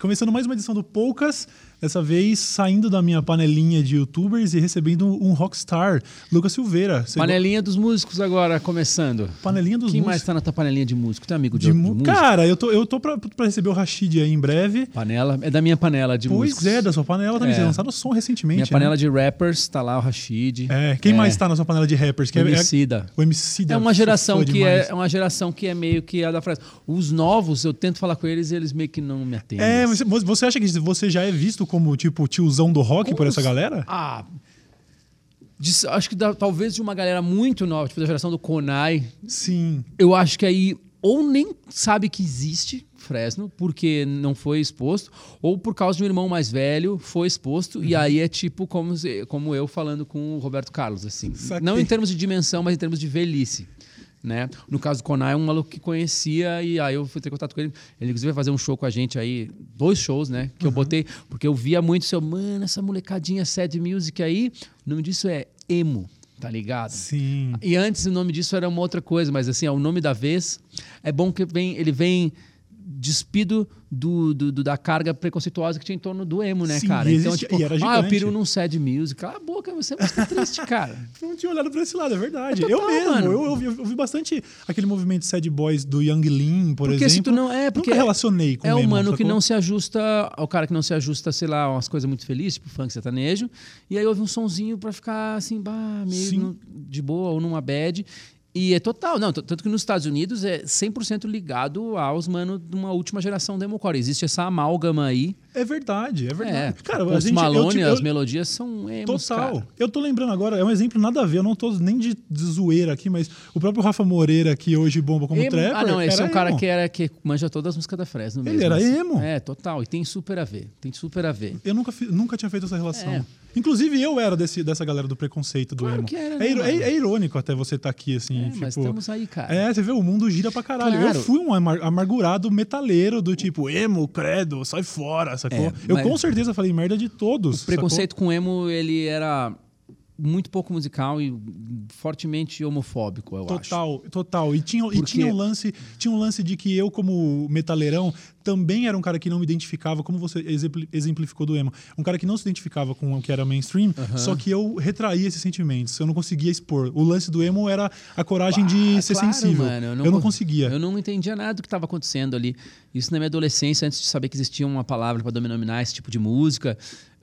Começando mais uma edição do Poucas, dessa vez saindo da minha panelinha de youtubers e recebendo um rockstar, Lucas Silveira. Panelinha dos músicos agora, começando. Panelinha dos Quem músicos. mais tá na tua panelinha de músico? Tem amigo de músico? Cara, eu tô pra receber o Rashid aí em breve. Panela, é da minha panela de músicos. Pois é, da sua panela também. Você lançaram som recentemente. Minha panela de rappers, tá lá o Rashid. Quem mais tá na sua panela de rappers? O Emicida. O Emicida. É uma geração que é meio que a da frase. Os novos, eu tento falar com eles e eles meio que não me atendem. Você acha que você já é visto como, tipo, tiozão do rock por essa galera? Acho que talvez de uma galera muito nova, tipo da geração do Konai. Sim. Eu acho que aí ou nem sabe que existe Fresno, porque não foi exposto, ou por causa de um irmão mais velho foi exposto, e aí é tipo como eu falando com o Roberto Carlos, assim. Saquei. Não em termos de dimensão, mas em termos de velhice. Né? No caso do Konai, um maluco que conhecia, e aí eu fui ter contato com ele. Ele inclusive vai fazer um show com a gente aí, 2 shows, né? Que eu botei, porque eu via muito mano, essa molecadinha sad music aí, o nome disso é emo, tá ligado? Sim. E antes o nome disso era uma outra coisa, mas assim, o nome da vez é bom que ele vem despido da carga preconceituosa que tinha em torno do emo, né, Sim, cara? Então, tipo, era gigante. eu piro num sad music. Cala a boca, você é música triste, cara. Eu não tinha olhado pra esse lado, é verdade. Total, eu mesmo, mano. eu vi bastante aquele movimento sad boys do Young Lean, por Porque exemplo. se tu não porque nunca relacionei com o emo, mano sacou? que não se ajusta, o cara que não se ajusta, sei lá, umas coisas muito felizes, tipo funk sertanejo, e aí ouve um sonzinho pra ficar assim, meio de boa ou numa bad. E é total, não, tanto que nos Estados Unidos é 100% ligado aos mano de uma última geração do emocore. Existe essa amálgama aí. É verdade. Cara, Post Malone, as melodias são emos, total. Cara. Eu tô lembrando agora, é um exemplo nada a ver, eu não tô nem de zoeira aqui, mas o próprio Rafa Moreira, que hoje bomba como trapper, não, esse é um cara emo. que manja todas as músicas da Fresno mesmo. Ele era assim. emo? É, total, e tem super a ver, Eu nunca tinha feito essa relação. Inclusive, eu era dessa galera do preconceito do claro emo. Que era, né, é irônico até você estar aqui, assim. Tipo, mas estamos aí, cara. Você vê, o mundo gira pra caralho. Claro. Eu fui um amargurado metaleiro do tipo, emo, credo, sai fora, sacou? Eu com certeza falei merda de todos. O preconceito com emo, ele era muito pouco musical e fortemente homofóbico, eu acho. Total. E tinha um lance de que eu, como metaleirão, também era um cara que não me identificava, como você exemplificou do emo. Um cara que não se identificava com o que era mainstream, só que eu retraía esses sentimentos. Eu não conseguia expor. O lance do emo era a coragem de ser sensível. Mano, eu não conseguia. Eu não entendia nada do que estava acontecendo ali. Isso na minha adolescência, antes de saber que existia uma palavra para denominar esse tipo de música.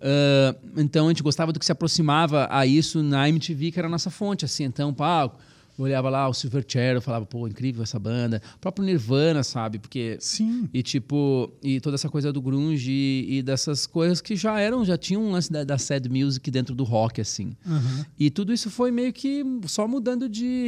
Então a gente gostava do que se aproximava a isso na MTV, que era a nossa fonte, assim. Então, eu olhava lá o Silverchair, eu falava, pô, incrível essa banda. O próprio Nirvana, sabe? Porque sim. E toda essa coisa do grunge e dessas coisas que já tinham um lance da sad music dentro do rock, assim. E tudo isso foi meio que só mudando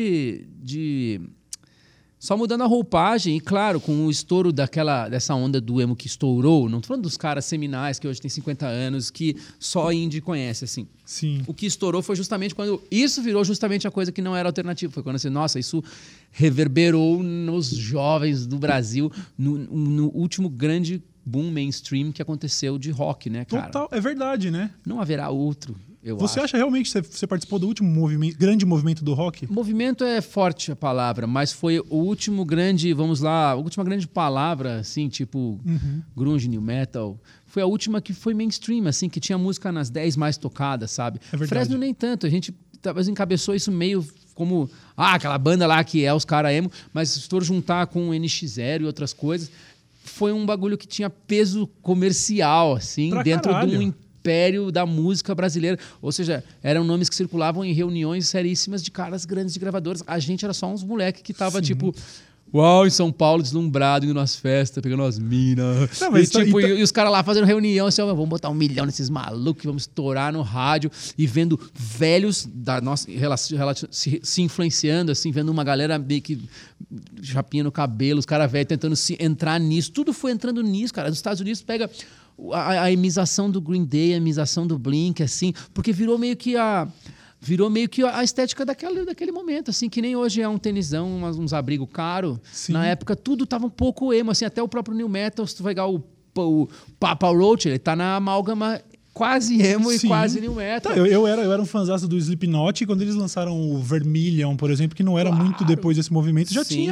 só mudando a roupagem, e claro, com o estouro dessa onda do emo que estourou, não tô falando dos caras seminais que hoje tem 50 anos, que só indie conhece, assim. Sim. O que estourou foi justamente quando isso virou justamente a coisa que não era alternativa. Foi quando assim, nossa, isso reverberou nos jovens do Brasil, no último grande boom mainstream que aconteceu de rock, né, cara? Total, é verdade, né? Não haverá outro. Você acha realmente que você participou do último grande movimento do rock? Movimento é forte a palavra, mas foi o último grande, a última grande palavra, assim, tipo grunge, new metal. Foi a última que foi mainstream, assim, que tinha música nas 10 mais tocadas, sabe? É verdade. Fresno nem tanto, a gente talvez encabeçou isso meio como, aquela banda lá que é os caras emo, mas se for juntar com o NX0 e outras coisas, foi um bagulho que tinha peso comercial, assim, pra dentro caralho. de um império da música brasileira. Ou seja, eram nomes que circulavam em reuniões seríssimas de caras grandes de gravadoras. A gente era só uns moleques que tava, tipo... Uau, em São Paulo, deslumbrado, indo nas festas, pegando as minas. E os caras lá fazendo reunião, assim, vamos botar 1 milhão nesses malucos, vamos estourar no rádio. E vendo velhos da nossa se influenciando, assim, vendo uma galera meio que chapinha no cabelo, os caras velhos tentando entrar nisso. Tudo foi entrando nisso, cara. Nos Estados Unidos pega a imização do Green Day, a imização do Blink, assim, porque virou meio que a estética daquele momento, assim, que nem hoje é um tenisão, uns abrigos caros. Na época, tudo tava um pouco emo, assim, até o próprio new metal, se tu vai pegar o Papa Roach, ele tá na amálgama quase emo e quase new metal. Eu era um fãzaço do Slipknot, e quando eles lançaram o Vermilion, por exemplo, que não era muito depois desse movimento, já tinha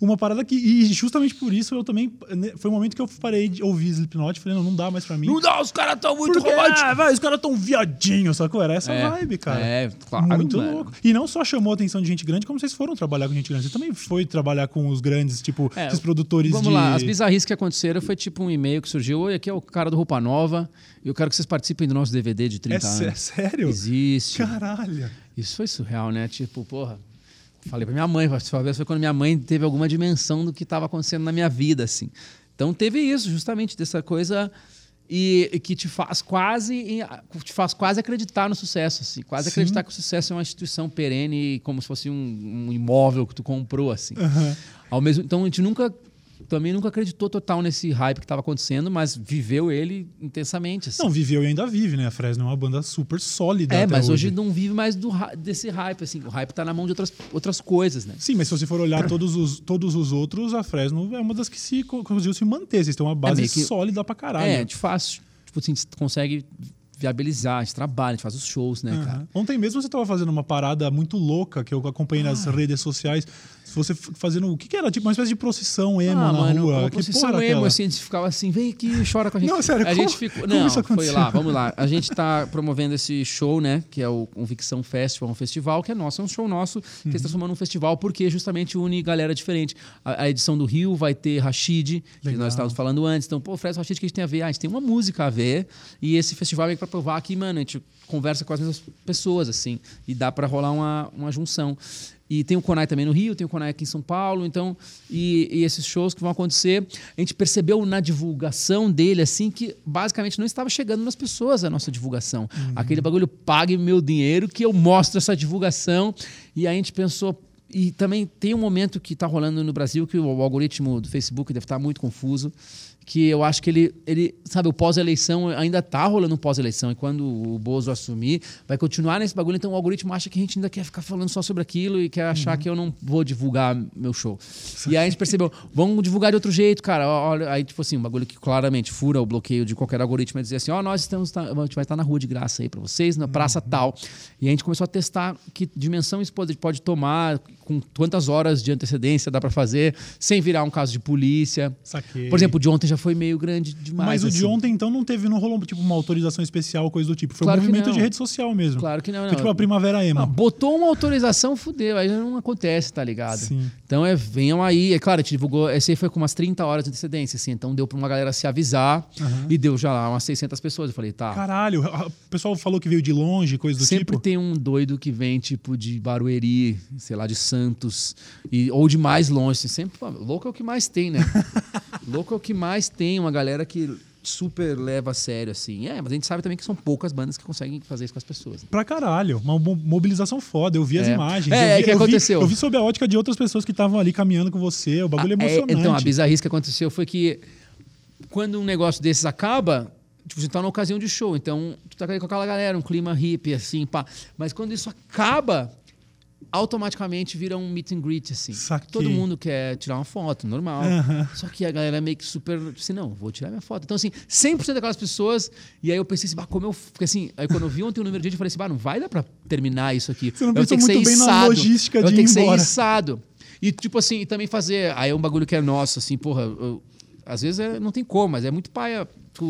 uma parada que... E justamente por isso eu também... Foi o momento que eu parei de ouvir Slipknot. Falei, não dá mais pra mim. Não dá, os caras tão muito românticos. Os caras tão viadinhos, sacou? Era essa vibe, cara. Claro, muito mano. louco. E não só chamou a atenção de gente grande, como vocês foram trabalhar com gente grande. Você também foi trabalhar com os grandes, tipo, esses produtores vamos lá, as bizarrices que aconteceram foi tipo um e-mail que surgiu. Oi, aqui é o cara do Roupa Nova. E eu quero que vocês participem do nosso DVD de 30 anos. É sério? Existe. Caralho. Isso foi surreal, né? Tipo, porra... Falei pra minha mãe, talvez foi quando minha mãe teve alguma dimensão do que estava acontecendo na minha vida, assim. Então teve isso, justamente, dessa coisa e que te faz quase acreditar no sucesso, assim. Quase acreditar que o sucesso é uma instituição perene, como se fosse um imóvel que tu comprou, assim. Então a gente também nunca acreditou total nesse hype que estava acontecendo, mas viveu ele intensamente. Assim. Não, viveu e ainda vive, né? A Fresno é uma banda super sólida. Mas hoje não vive mais desse hype. Assim. O hype está na mão de outras coisas, né? Sim, mas se você for olhar todos os outros, a Fresno é uma das que conseguiu se manter. Vocês têm uma base sólida pra caralho. É, de fácil. Tipo assim, você consegue viabilizar, a gente trabalha, a gente faz os shows, né, cara? Ontem mesmo você estava fazendo uma parada muito louca que eu acompanhei nas redes sociais. Você fazendo... O que era? Tipo uma espécie de procissão emo na rua. Uma procissão emo, assim, a gente ficava assim, vem aqui e chora com a gente. Não, sério, foi lá, vamos lá. A gente tá promovendo esse show, né, que é o Convicção Festival, um festival que é nosso, é um show nosso, que está transformando num festival, porque justamente une galera diferente. A edição do Rio vai ter Rashid, que nós estávamos falando antes. Então, pô, Fresno Rashid, que a gente tem a ver? A gente tem uma música a ver, e esse festival é para provar que, mano, a gente conversa com as mesmas pessoas, assim, e dá para rolar uma junção. E tem o Conai também no Rio, tem o Conai aqui em São Paulo, então, e esses shows que vão acontecer, a gente percebeu na divulgação dele, assim, que basicamente não estava chegando nas pessoas a nossa divulgação. Aquele bagulho, pague meu dinheiro que eu mostro essa divulgação. E aí a gente pensou... E também tem um momento que está rolando no Brasil que o algoritmo do Facebook deve estar muito confuso, que eu acho que ele sabe, o pós-eleição ainda está rolando um pós-eleição, e quando o Bozo assumir, vai continuar nesse bagulho, então o algoritmo acha que a gente ainda quer ficar falando só sobre aquilo e quer achar que eu não vou divulgar meu show. E aí a gente percebeu, vamos divulgar de outro jeito, cara. Olha, aí, tipo assim, um bagulho que claramente fura o bloqueio de qualquer algoritmo é dizer assim, a gente vai estar na rua de graça aí para vocês, na praça tal. E a gente começou a testar que dimensão isso pode tomar, com quantas horas de antecedência dá para fazer, sem virar um caso de polícia. Saquei. Por exemplo, o de ontem já foi meio grande demais. Mas o assim. de ontem, então, não rolou tipo uma autorização especial, coisa do tipo. Foi claro um movimento de rede social mesmo. Claro que não. Foi tipo a Primavera Emo. Botou uma autorização, fudeu. Aí já não acontece, tá ligado? Sim. Então, venham aí. É claro, a gente divulgou... Esse aí foi com umas 30 horas de antecedência, assim. Então, deu pra uma galera se avisar. E deu já lá umas 600 pessoas. Eu falei, tá. Caralho. O pessoal falou que veio de longe, coisa do Sempre tipo. tem um doido que vem, tipo, de Barueri, sei lá, de Santos. Ou de mais longe. Assim, sempre, louco é o que mais tem, né? Louco é o que mais tem. Uma galera que super leva a sério, assim. Mas a gente sabe também que são poucas bandas que conseguem fazer isso com as pessoas. Né? Pra caralho. Uma mobilização foda. Eu vi as imagens. O que aconteceu? Eu vi sob a ótica de outras pessoas que estavam ali caminhando com você. O bagulho é emocionante. Então, a bizarrice que aconteceu foi que quando um negócio desses acaba... Tipo, você tá na ocasião de show. Então, tu tá com aquela galera, um clima hippie, assim, pá. Mas quando isso acaba... automaticamente vira um meet and greet, assim. Saquei. Todo mundo quer tirar uma foto, normal. Só que a galera meio que super... assim, não, vou tirar minha foto. Então, assim, 100% daquelas pessoas... E aí eu pensei assim, como eu... Porque assim, aí quando eu vi ontem o número de gente, eu falei assim, não vai dar pra terminar isso aqui. Você não pensou muito bem na logística de ir embora. Eu tenho que ser içado. E, tipo assim, e também fazer... Aí é um bagulho que é nosso, assim, porra... às vezes não tem como, mas é muito paia...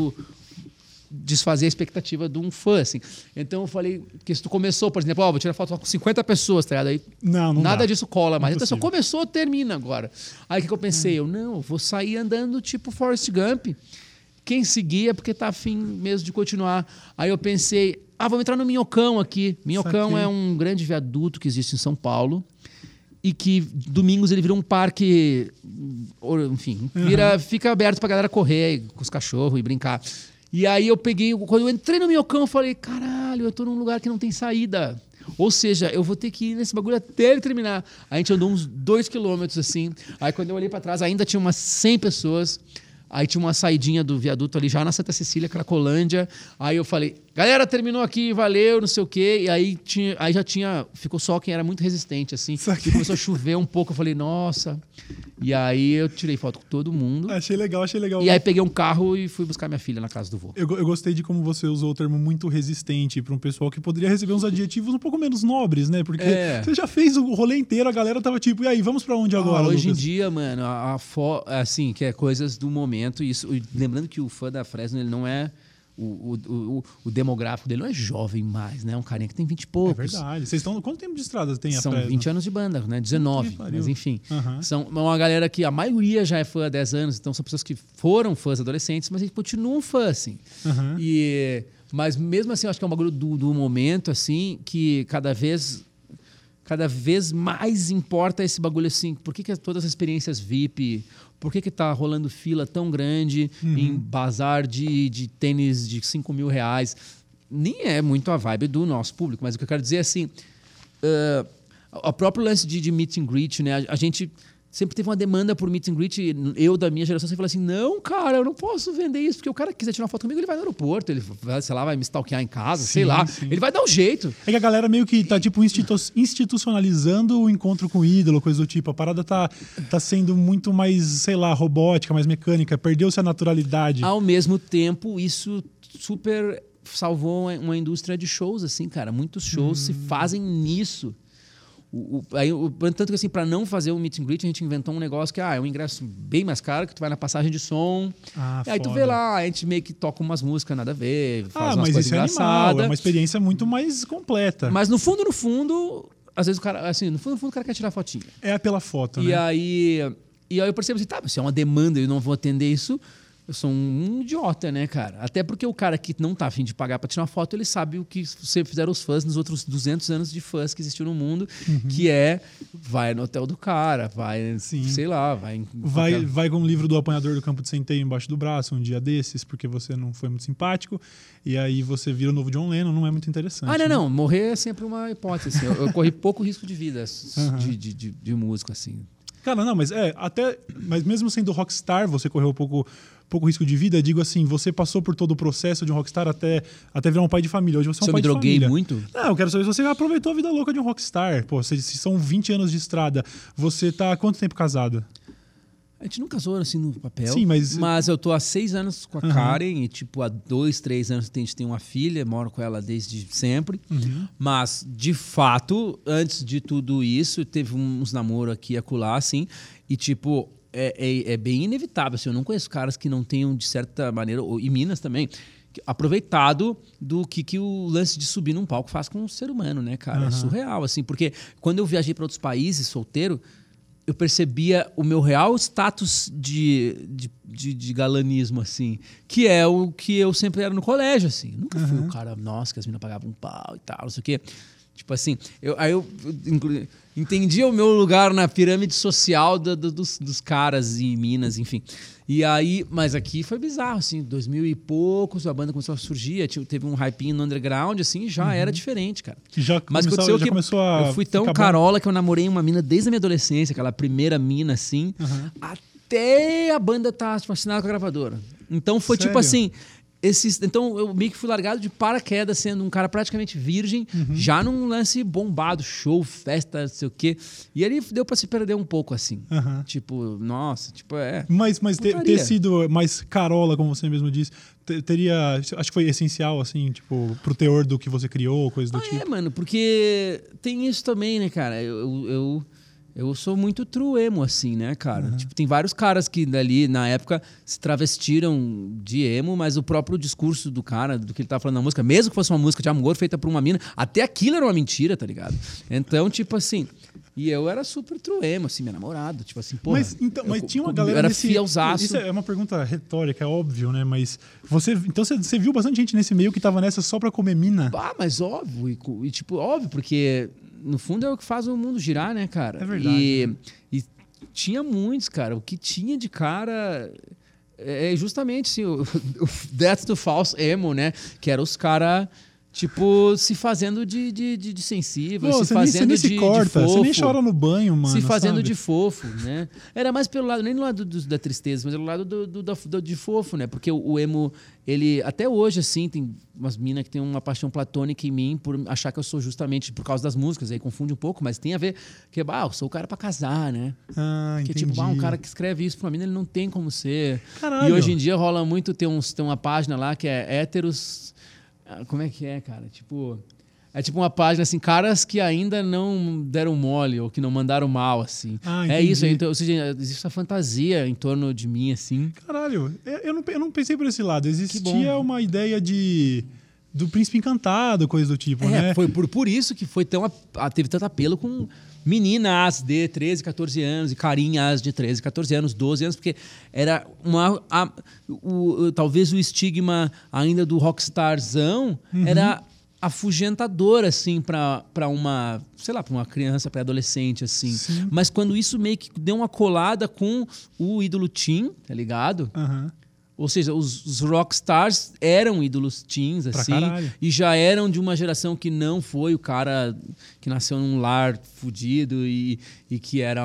desfazer a expectativa de um fã, assim. Então eu falei que se tu começou, por exemplo, vou tirar foto com 50 pessoas, tá ligado? Aí não nada dá. disso cola mais. Então, Impossível. se começou, termina agora. Aí o que eu pensei? Eu vou sair andando tipo Forrest Gump. Quem seguir é porque tá afim mesmo de continuar. Aí eu pensei, vamos entrar no Minhocão aqui. Minhocão é um grande viaduto que existe em São Paulo. E que domingos ele vira um parque, enfim, fica aberto pra galera correr com os cachorros e brincar. E aí eu peguei, quando eu entrei no Minhocão, eu falei, caralho, eu tô num lugar que não tem saída. Ou seja, eu vou ter que ir nesse bagulho até ele terminar. A gente andou uns 2 quilômetros, assim. Aí quando eu olhei pra trás, ainda tinha umas 100 pessoas. Aí tinha uma saidinha do viaduto ali, já na Santa Cecília, Cracolândia. Aí eu falei, galera, terminou aqui, valeu, não sei o quê. E aí, ficou só quem era muito resistente, assim. E começou a chover um pouco. Eu falei, nossa. E aí eu tirei foto com todo mundo. Achei legal. E aí peguei um carro e fui buscar minha filha na casa do vô. Eu gostei de como você usou o termo muito resistente para um pessoal que poderia receber uns adjetivos um pouco menos nobres, né? Porque você já fez o rolê inteiro, a galera tava tipo, e aí, vamos para onde agora, hoje Lucas? em dia, mano, assim, que é coisas do momento. Isso, lembrando que o fã da Fresno, ele não é... O demográfico dele não é jovem mais, né? É um carinha que tem 20 e poucos. É verdade. Vocês estão... Quanto tempo de estrada tem a São Fresno? 20 anos de banda, né? 19. Mas enfim. São uma galera que a maioria já é fã há 10 anos. Então são pessoas que foram fãs adolescentes, mas eles continuam fãs, assim. Mas mesmo assim, eu acho que é um bagulho do momento, assim, que cada vez mais importa esse bagulho, assim. Por que todas as experiências VIP... Por que tá rolando fila tão grande em bazar de tênis de 5 mil reais? Nem é muito a vibe do nosso público, mas o que eu quero dizer é assim, o próprio lance de meet and greet, né? A gente sempre teve uma demanda por meet and greet. Eu, da minha geração, sempre falei assim, não, cara, eu não posso vender isso, porque o cara que quiser tirar uma foto comigo, ele vai no aeroporto, ele vai, sei lá, vai me stalkear em casa, sei lá. Ele vai dar um jeito. É que a galera meio que tá, tipo, institucionalizando o encontro com o ídolo, coisa do tipo. A parada tá sendo muito mais, sei lá, robótica, mais mecânica. Perdeu-se a naturalidade. Ao mesmo tempo, isso super salvou uma indústria de shows, assim, cara. Muitos shows se fazem nisso. Tanto que assim, para não fazer o meet and greet, a gente inventou um negócio que é um ingresso bem mais caro, que tu vai na passagem de som. E aí tu vê lá, a gente meio que toca umas músicas nada a ver, faz umas coisas engraçadas. É uma experiência muito mais completa. Mas no fundo, às vezes o cara, assim, no fundo o cara quer tirar fotinha. É pela foto, né? E aí eu percebo assim, se é uma demanda e eu não vou atender isso, eu sou um idiota, né, cara? Até porque o cara que não tá afim de pagar pra tirar uma foto, ele sabe o que sempre fizeram os fãs nos outros 200 anos de fãs que existiu no mundo, que vai no hotel do cara, vai, sei lá, vai com o livro do Apanhador do Campo de Centeio embaixo do braço um dia desses, porque você não foi muito simpático, e aí você vira o novo John Lennon, não é muito interessante. Não, morrer é sempre uma hipótese, assim. Eu corri pouco risco de vida de músico, assim. Cara, não, mas mesmo sendo rockstar, você correu pouco risco de vida. Digo assim, você passou por todo o processo de um rockstar até virar um pai de família. Hoje você é um pai de família. Eu me droguei muito? Não, eu quero saber se você aproveitou a vida louca de um rockstar. Pô, se são 20 anos de estrada, você tá há quanto tempo casado? A gente não casou assim no papel. Sim, mas eu tô há 6 anos com a Karen e, tipo, há 2, 3 anos a gente tem uma filha, moro com ela desde sempre. Mas, de fato, antes de tudo isso, teve uns namoros aqui e acolá, assim, e, tipo, é bem inevitável. Assim, eu não conheço caras que não tenham, de certa maneira, e minas também, aproveitado do que o lance de subir num palco faz com o ser humano, né, cara? É surreal, assim, porque quando eu viajei para outros países, solteiro, eu percebia o meu real status de galanismo, assim, que é o que eu sempre era no colégio, assim. Nunca fui o cara, nossa, que as meninas pagavam um pau e tal, não sei o quê. Tipo assim, eu entendi o meu lugar na pirâmide social dos caras e minas, enfim. E aí, mas aqui foi bizarro, assim, 2000 e poucos, a banda começou a surgir, teve um hypinho no underground, assim, já era diferente, cara. Mas começou a eu fui tão carola que eu namorei uma mina desde a minha adolescência, aquela primeira mina, assim, até a banda tá assinada com a gravadora. Então foi Sério? tipo assim... Então eu meio que fui largado de paraquedas, sendo um cara praticamente virgem, já num lance bombado, show, festa, não sei o quê. E ali deu pra se perder um pouco, assim. Tipo, nossa, tipo, Mas ter sido mais carola, como você mesmo disse, teria... Acho que foi essencial, assim, tipo, pro teor do que você criou, coisa do tipo. Mano, porque tem isso também, né, cara? Eu sou muito true emo, assim, né, cara? Tipo, tem vários caras que dali, na época, se travestiram de emo, mas o próprio discurso do cara, do que ele tava falando na música, mesmo que fosse uma música de amor feita por uma mina, até aquilo era uma mentira, tá ligado? Então, tipo assim... E eu era super true emo, assim, minha namorada, tipo assim, porra... Mas tinha uma galera... Eu era fielzaço. Isso é uma pergunta retórica, é óbvio, né? Mas então você viu bastante gente nesse meio que tava nessa só pra comer mina? Mas óbvio, e tipo, óbvio, porque... No fundo é o que faz o mundo girar, né, cara? É verdade. E tinha muitos, cara. O que tinha de cara é justamente assim, o Death to False Emo, né? Que era os caras Tipo, se fazendo de sensível, Pô, se fazendo você de corta, fofo. você nem chora no banho, mano. Se fazendo sabe? de fofo, né? Era mais pelo lado, nem no lado da tristeza, mas pelo lado de fofo, né? Porque o emo, ele, até hoje, assim, tem umas minas que tem uma paixão platônica em mim por achar que eu sou justamente por causa das músicas, aí confunde um pouco, mas tem a ver que, eu sou o cara pra casar, né? Ah, que entendi. tipo, um cara que escreve isso pra mim, ele não tem como ser. Caralho. E hoje em dia rola muito, tem uma página lá que é héteros. Como é que é, cara? Tipo. É tipo uma página assim, caras que ainda não deram mole ou que não mandaram mal, assim. Ah, é entendi. isso, então, ou seja, existe essa fantasia em torno de mim, assim. Caralho, eu não pensei por esse lado. bom. Existia uma ideia do príncipe encantado, coisa do tipo, né? Foi por isso que foi teve tanto apelo com meninas de 13, 14 anos e carinhas de 13, 14 anos, 12 anos, porque era talvez o estigma ainda do rockstarzão era afugentador, assim, para uma, sei lá, para uma criança, pré-adolescente, assim. Sim. Mas quando isso meio que deu uma colada com o ídolo teen, tá ligado? Aham. Ou seja, os rockstars eram ídolos teens, Pra assim, caralho. e já eram de uma geração que não foi o cara que nasceu num lar fudido e que era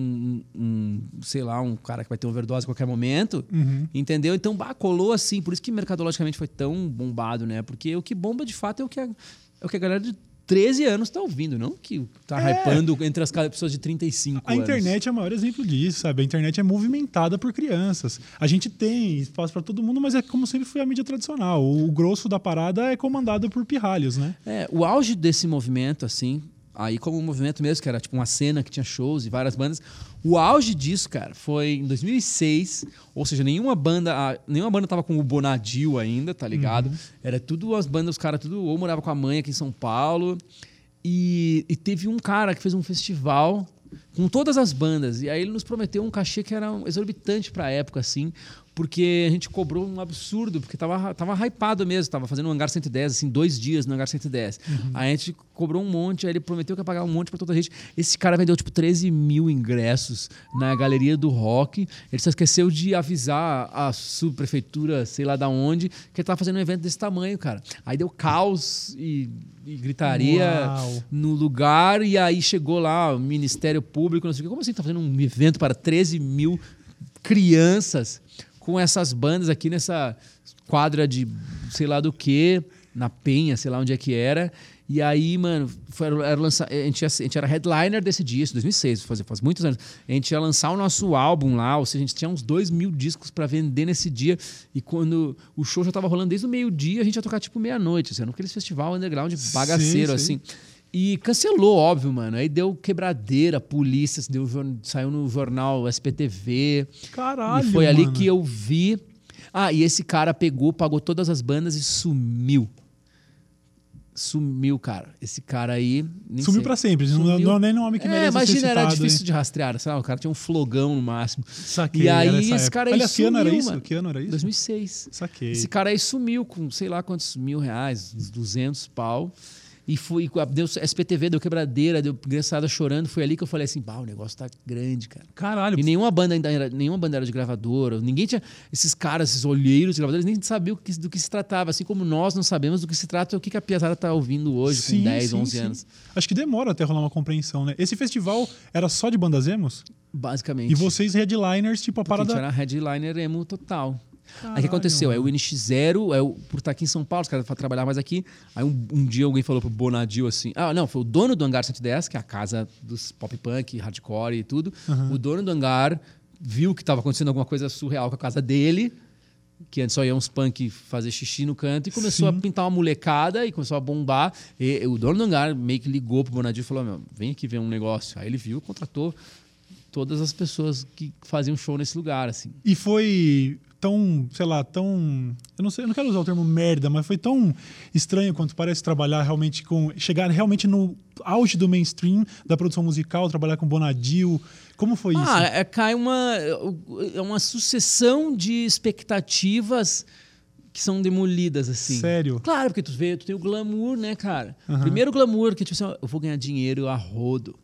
sei lá, um cara que vai ter overdose a qualquer momento, entendeu? Então, colou assim, por isso que mercadologicamente foi tão bombado, né? Porque o que bomba de fato é o que a galera de 13 anos tá ouvindo, não que tá hypando entre as pessoas de 35 A anos. internet é o maior exemplo disso, sabe? A internet é movimentada por crianças. A gente tem espaço para todo mundo, mas é como sempre foi a mídia tradicional. O grosso da parada é comandado por pirralhos, né? O auge desse movimento, assim, aí como um movimento mesmo, que era tipo uma cena que tinha shows e várias bandas, o auge disso, cara, foi em 2006, ou seja, nenhuma banda tava com o Bonadio ainda, tá ligado? Era tudo as bandas, os caras tudo ou morava com a mãe aqui em São Paulo, e teve um cara que fez um festival com todas as bandas, e aí ele nos prometeu um cachê que era exorbitante pra época, assim, porque a gente cobrou um absurdo, porque tava hypado mesmo, tava fazendo um Hangar 110, assim, 2 dias no Hangar 110. Aí a gente cobrou um monte, aí ele prometeu que ia pagar um monte pra toda a gente. Esse cara vendeu, tipo, 13 mil ingressos na Galeria do Rock. Ele só esqueceu de avisar a subprefeitura, sei lá da onde, que ele tava fazendo um evento desse tamanho, cara. Aí deu caos e gritaria no lugar, e aí chegou lá o Ministério Público, não sei o que. Como assim tá fazendo um evento para 13 mil crianças com essas bandas aqui nessa quadra de sei lá do que, na Penha, sei lá onde é que era. E aí, mano, a gente era headliner desse dia, isso 2006, faz muitos anos. A gente ia lançar o nosso álbum lá, ou seja, a gente tinha uns 2 mil discos pra vender nesse dia. E quando o show já tava rolando desde o meio-dia, a gente ia tocar tipo meia-noite, assim, naquele festival underground bagaceiro, assim. E cancelou, óbvio, mano. Aí deu quebradeira, polícia, saiu no jornal SPTV. Caralho, e foi ali mano. que eu vi. E esse cara pagou todas as bandas e sumiu. Sumiu, cara. Esse cara aí... Sumiu pra sempre. Não é nem nome que merece imagina, ser citado. era difícil de rastrear. Sabe? O cara tinha um flogão no máximo. Saquei, e aí esse cara aí Aliás, sumiu, que ano era isso? 2006. Saquei. Esse cara aí sumiu com sei lá quantos R$1.000, uns 200 pau. E deu SPTV, deu quebradeira, deu criançada chorando. Foi ali que eu falei assim, o negócio tá grande, cara. Caralho. E nenhuma banda era de gravadora. Ninguém tinha... Esses caras, esses olheiros de gravadores, nem sabiam do que se tratava. Assim como nós não sabemos do que se trata, o que a piazada tá ouvindo hoje, com 10, 11 anos. Acho que demora até rolar uma compreensão, né? Esse festival era só de bandas emos? Basicamente. E vocês headliners, tipo, a parada... A gente era headliner emo total. Caralho, Aí o que aconteceu? Aí o NX0, por estar aqui em São Paulo, os caras trabalhar mais aqui. Aí um dia alguém falou pro Bonadio assim... não, foi o dono do Hangar 110, que é a casa dos pop punk, hardcore e tudo. O dono do Hangar viu que estava acontecendo alguma coisa surreal com a casa dele, que antes só ia uns punk fazer xixi no canto, e começou a pintar uma molecada e começou a bombar. E o dono do Hangar meio que ligou pro Bonadio e falou, vem aqui ver um negócio. Aí ele viu, contratou todas as pessoas que faziam show nesse lugar, assim. E foi tão, sei lá, eu não quero usar o termo merda, mas foi tão estranho quanto parece trabalhar realmente chegar realmente no auge do mainstream da produção musical, trabalhar com Bonadio. Como foi isso? Cai uma sucessão de expectativas que são demolidas, assim. Sério? Claro, porque tu tem o glamour, né, cara? Primeiro o glamour, que tipo assim, eu vou ganhar dinheiro a rodo.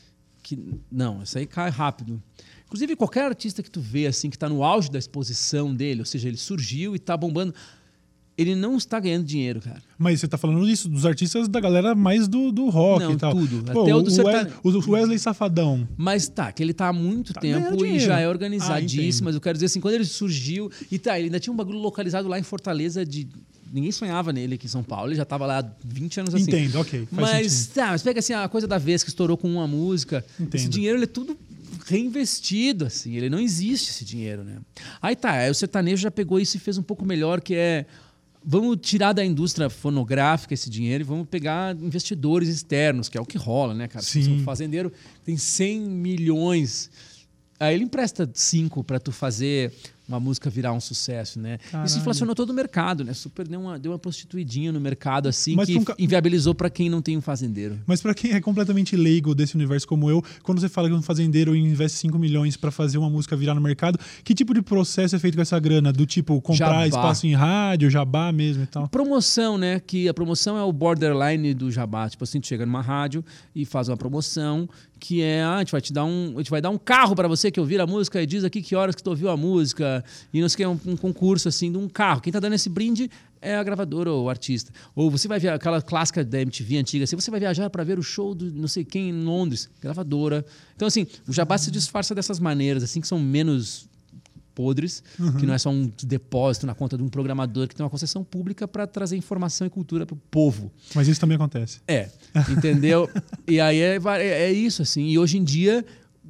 Não, isso aí cai rápido. Inclusive, qualquer artista que tu vê, assim, que tá no auge da exposição dele, ou seja, ele surgiu e tá bombando, ele não está ganhando dinheiro, cara. Mas você tá falando disso, dos artistas da galera mais do rock Não, e tal. tudo. Pô, Até o do sertanejo. o Wesley Safadão. Mas tá, que ele tá há muito ganhando tempo e dinheiro. já é organizadíssimo. entendo. Mas eu quero dizer assim, quando ele surgiu... E tá, ele ainda tinha um bagulho localizado lá em Fortaleza de... Ninguém sonhava nele aqui em São Paulo. Ele já tava lá há 20 anos assim. Entendo, ok. Faz sentido. Mas pega assim, a coisa da vez que estourou com uma música. Entendo. Esse dinheiro, ele é tudo reinvestido, assim. Ele não existe, esse dinheiro, né? Aí o sertanejo já pegou isso e fez um pouco melhor, que é... Vamos tirar da indústria fonográfica esse dinheiro e vamos pegar investidores externos, que é o que rola, né, cara? Sim. Um fazendeiro tem 100 milhões. Aí ele empresta 5 para tu fazer uma música virar um sucesso, né? Caralho. Isso inflacionou todo o mercado, né? Super deu uma prostituidinha no mercado, assim, Mas que pra inviabilizou para quem não tem um fazendeiro. Mas pra quem é completamente leigo desse universo como eu, quando você fala que um fazendeiro investe 5 milhões pra fazer uma música virar no mercado, que tipo de processo é feito com essa grana? Do tipo, comprar Jabá. espaço em rádio, jabá mesmo e tal? Promoção, né? Que a promoção é o borderline do jabá. Tipo assim, tu chega numa rádio e faz uma promoção que é, a gente vai dar um carro para você que ouvir a música e diz aqui que horas que tu ouviu a música e não sei o que, um concurso assim de um carro. Quem tá dando esse brinde é a gravadora ou o artista. Ou você vai ver aquela clássica da MTV antiga, assim, você vai viajar para ver o show do não sei quem em Londres, gravadora. Então assim, o jabá se disfarça dessas maneiras, assim, que são menos podres, que não é só um depósito na conta de um programador que tem uma concessão pública para trazer informação e cultura para o povo. Mas isso também acontece. Entendeu? E aí é isso, assim. E hoje em dia,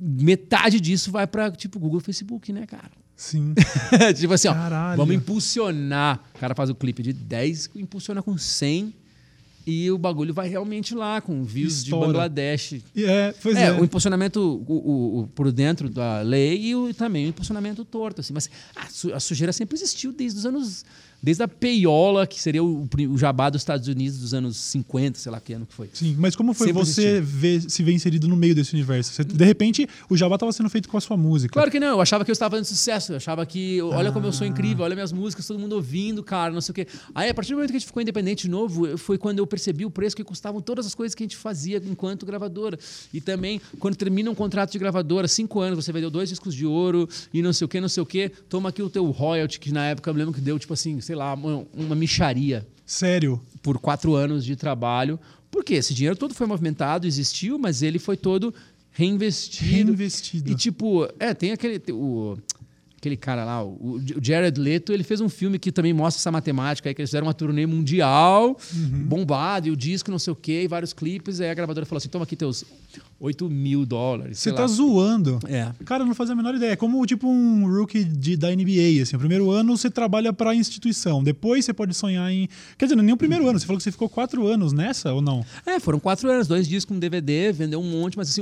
metade disso vai para tipo Google e Facebook, né, cara? Sim. Tipo assim, Caralho. ó, vamos impulsionar. O cara faz o clipe de 10, impulsiona com 100 e o bagulho vai realmente lá, com views de Bangladesh. Pois é. O impulsionamento por dentro da lei e também o impulsionamento torto. Assim. Mas a sujeira sempre existiu desde a peiola, que seria o jabá dos Estados Unidos dos anos 50, sei lá que ano que foi. Sim, mas como foi Sempre você se ver inserido no meio desse universo? Você, de repente, o jabá estava sendo feito com a sua música. Claro que não, eu achava que eu estava fazendo sucesso, eu achava que, olha como eu sou incrível, olha minhas músicas, todo mundo ouvindo, cara, não sei o quê. Aí, a partir do momento que a gente ficou independente de novo, foi quando eu percebi o preço que custavam todas as coisas que a gente fazia enquanto gravadora. E também, quando termina um contrato de gravadora, 5 anos, você vendeu 2 discos de ouro e não sei o quê, toma aqui o teu royalty, que na época eu lembro que deu, tipo assim, sei lá, uma mixaria. Sério? Por 4 anos de trabalho. Por quê? Esse dinheiro todo foi movimentado, existiu, mas ele foi todo reinvestido. E tipo, tem aquele cara lá, o Jared Leto, ele fez um filme que também mostra essa matemática aí, que eles fizeram uma turnê mundial, bombado, e o disco não sei o quê, e vários clipes, aí a gravadora falou assim, toma aqui teus $8 mil. Você tá zoando. Cara, eu não fazia a menor ideia. É como tipo um rookie da NBA, assim. O primeiro ano você trabalha pra instituição, depois você pode sonhar em... Quer dizer, nem o primeiro ano, você falou que você ficou 4 anos nessa, ou não? Foram 4 anos, 2 discos com DVD, vendeu um monte, mas assim,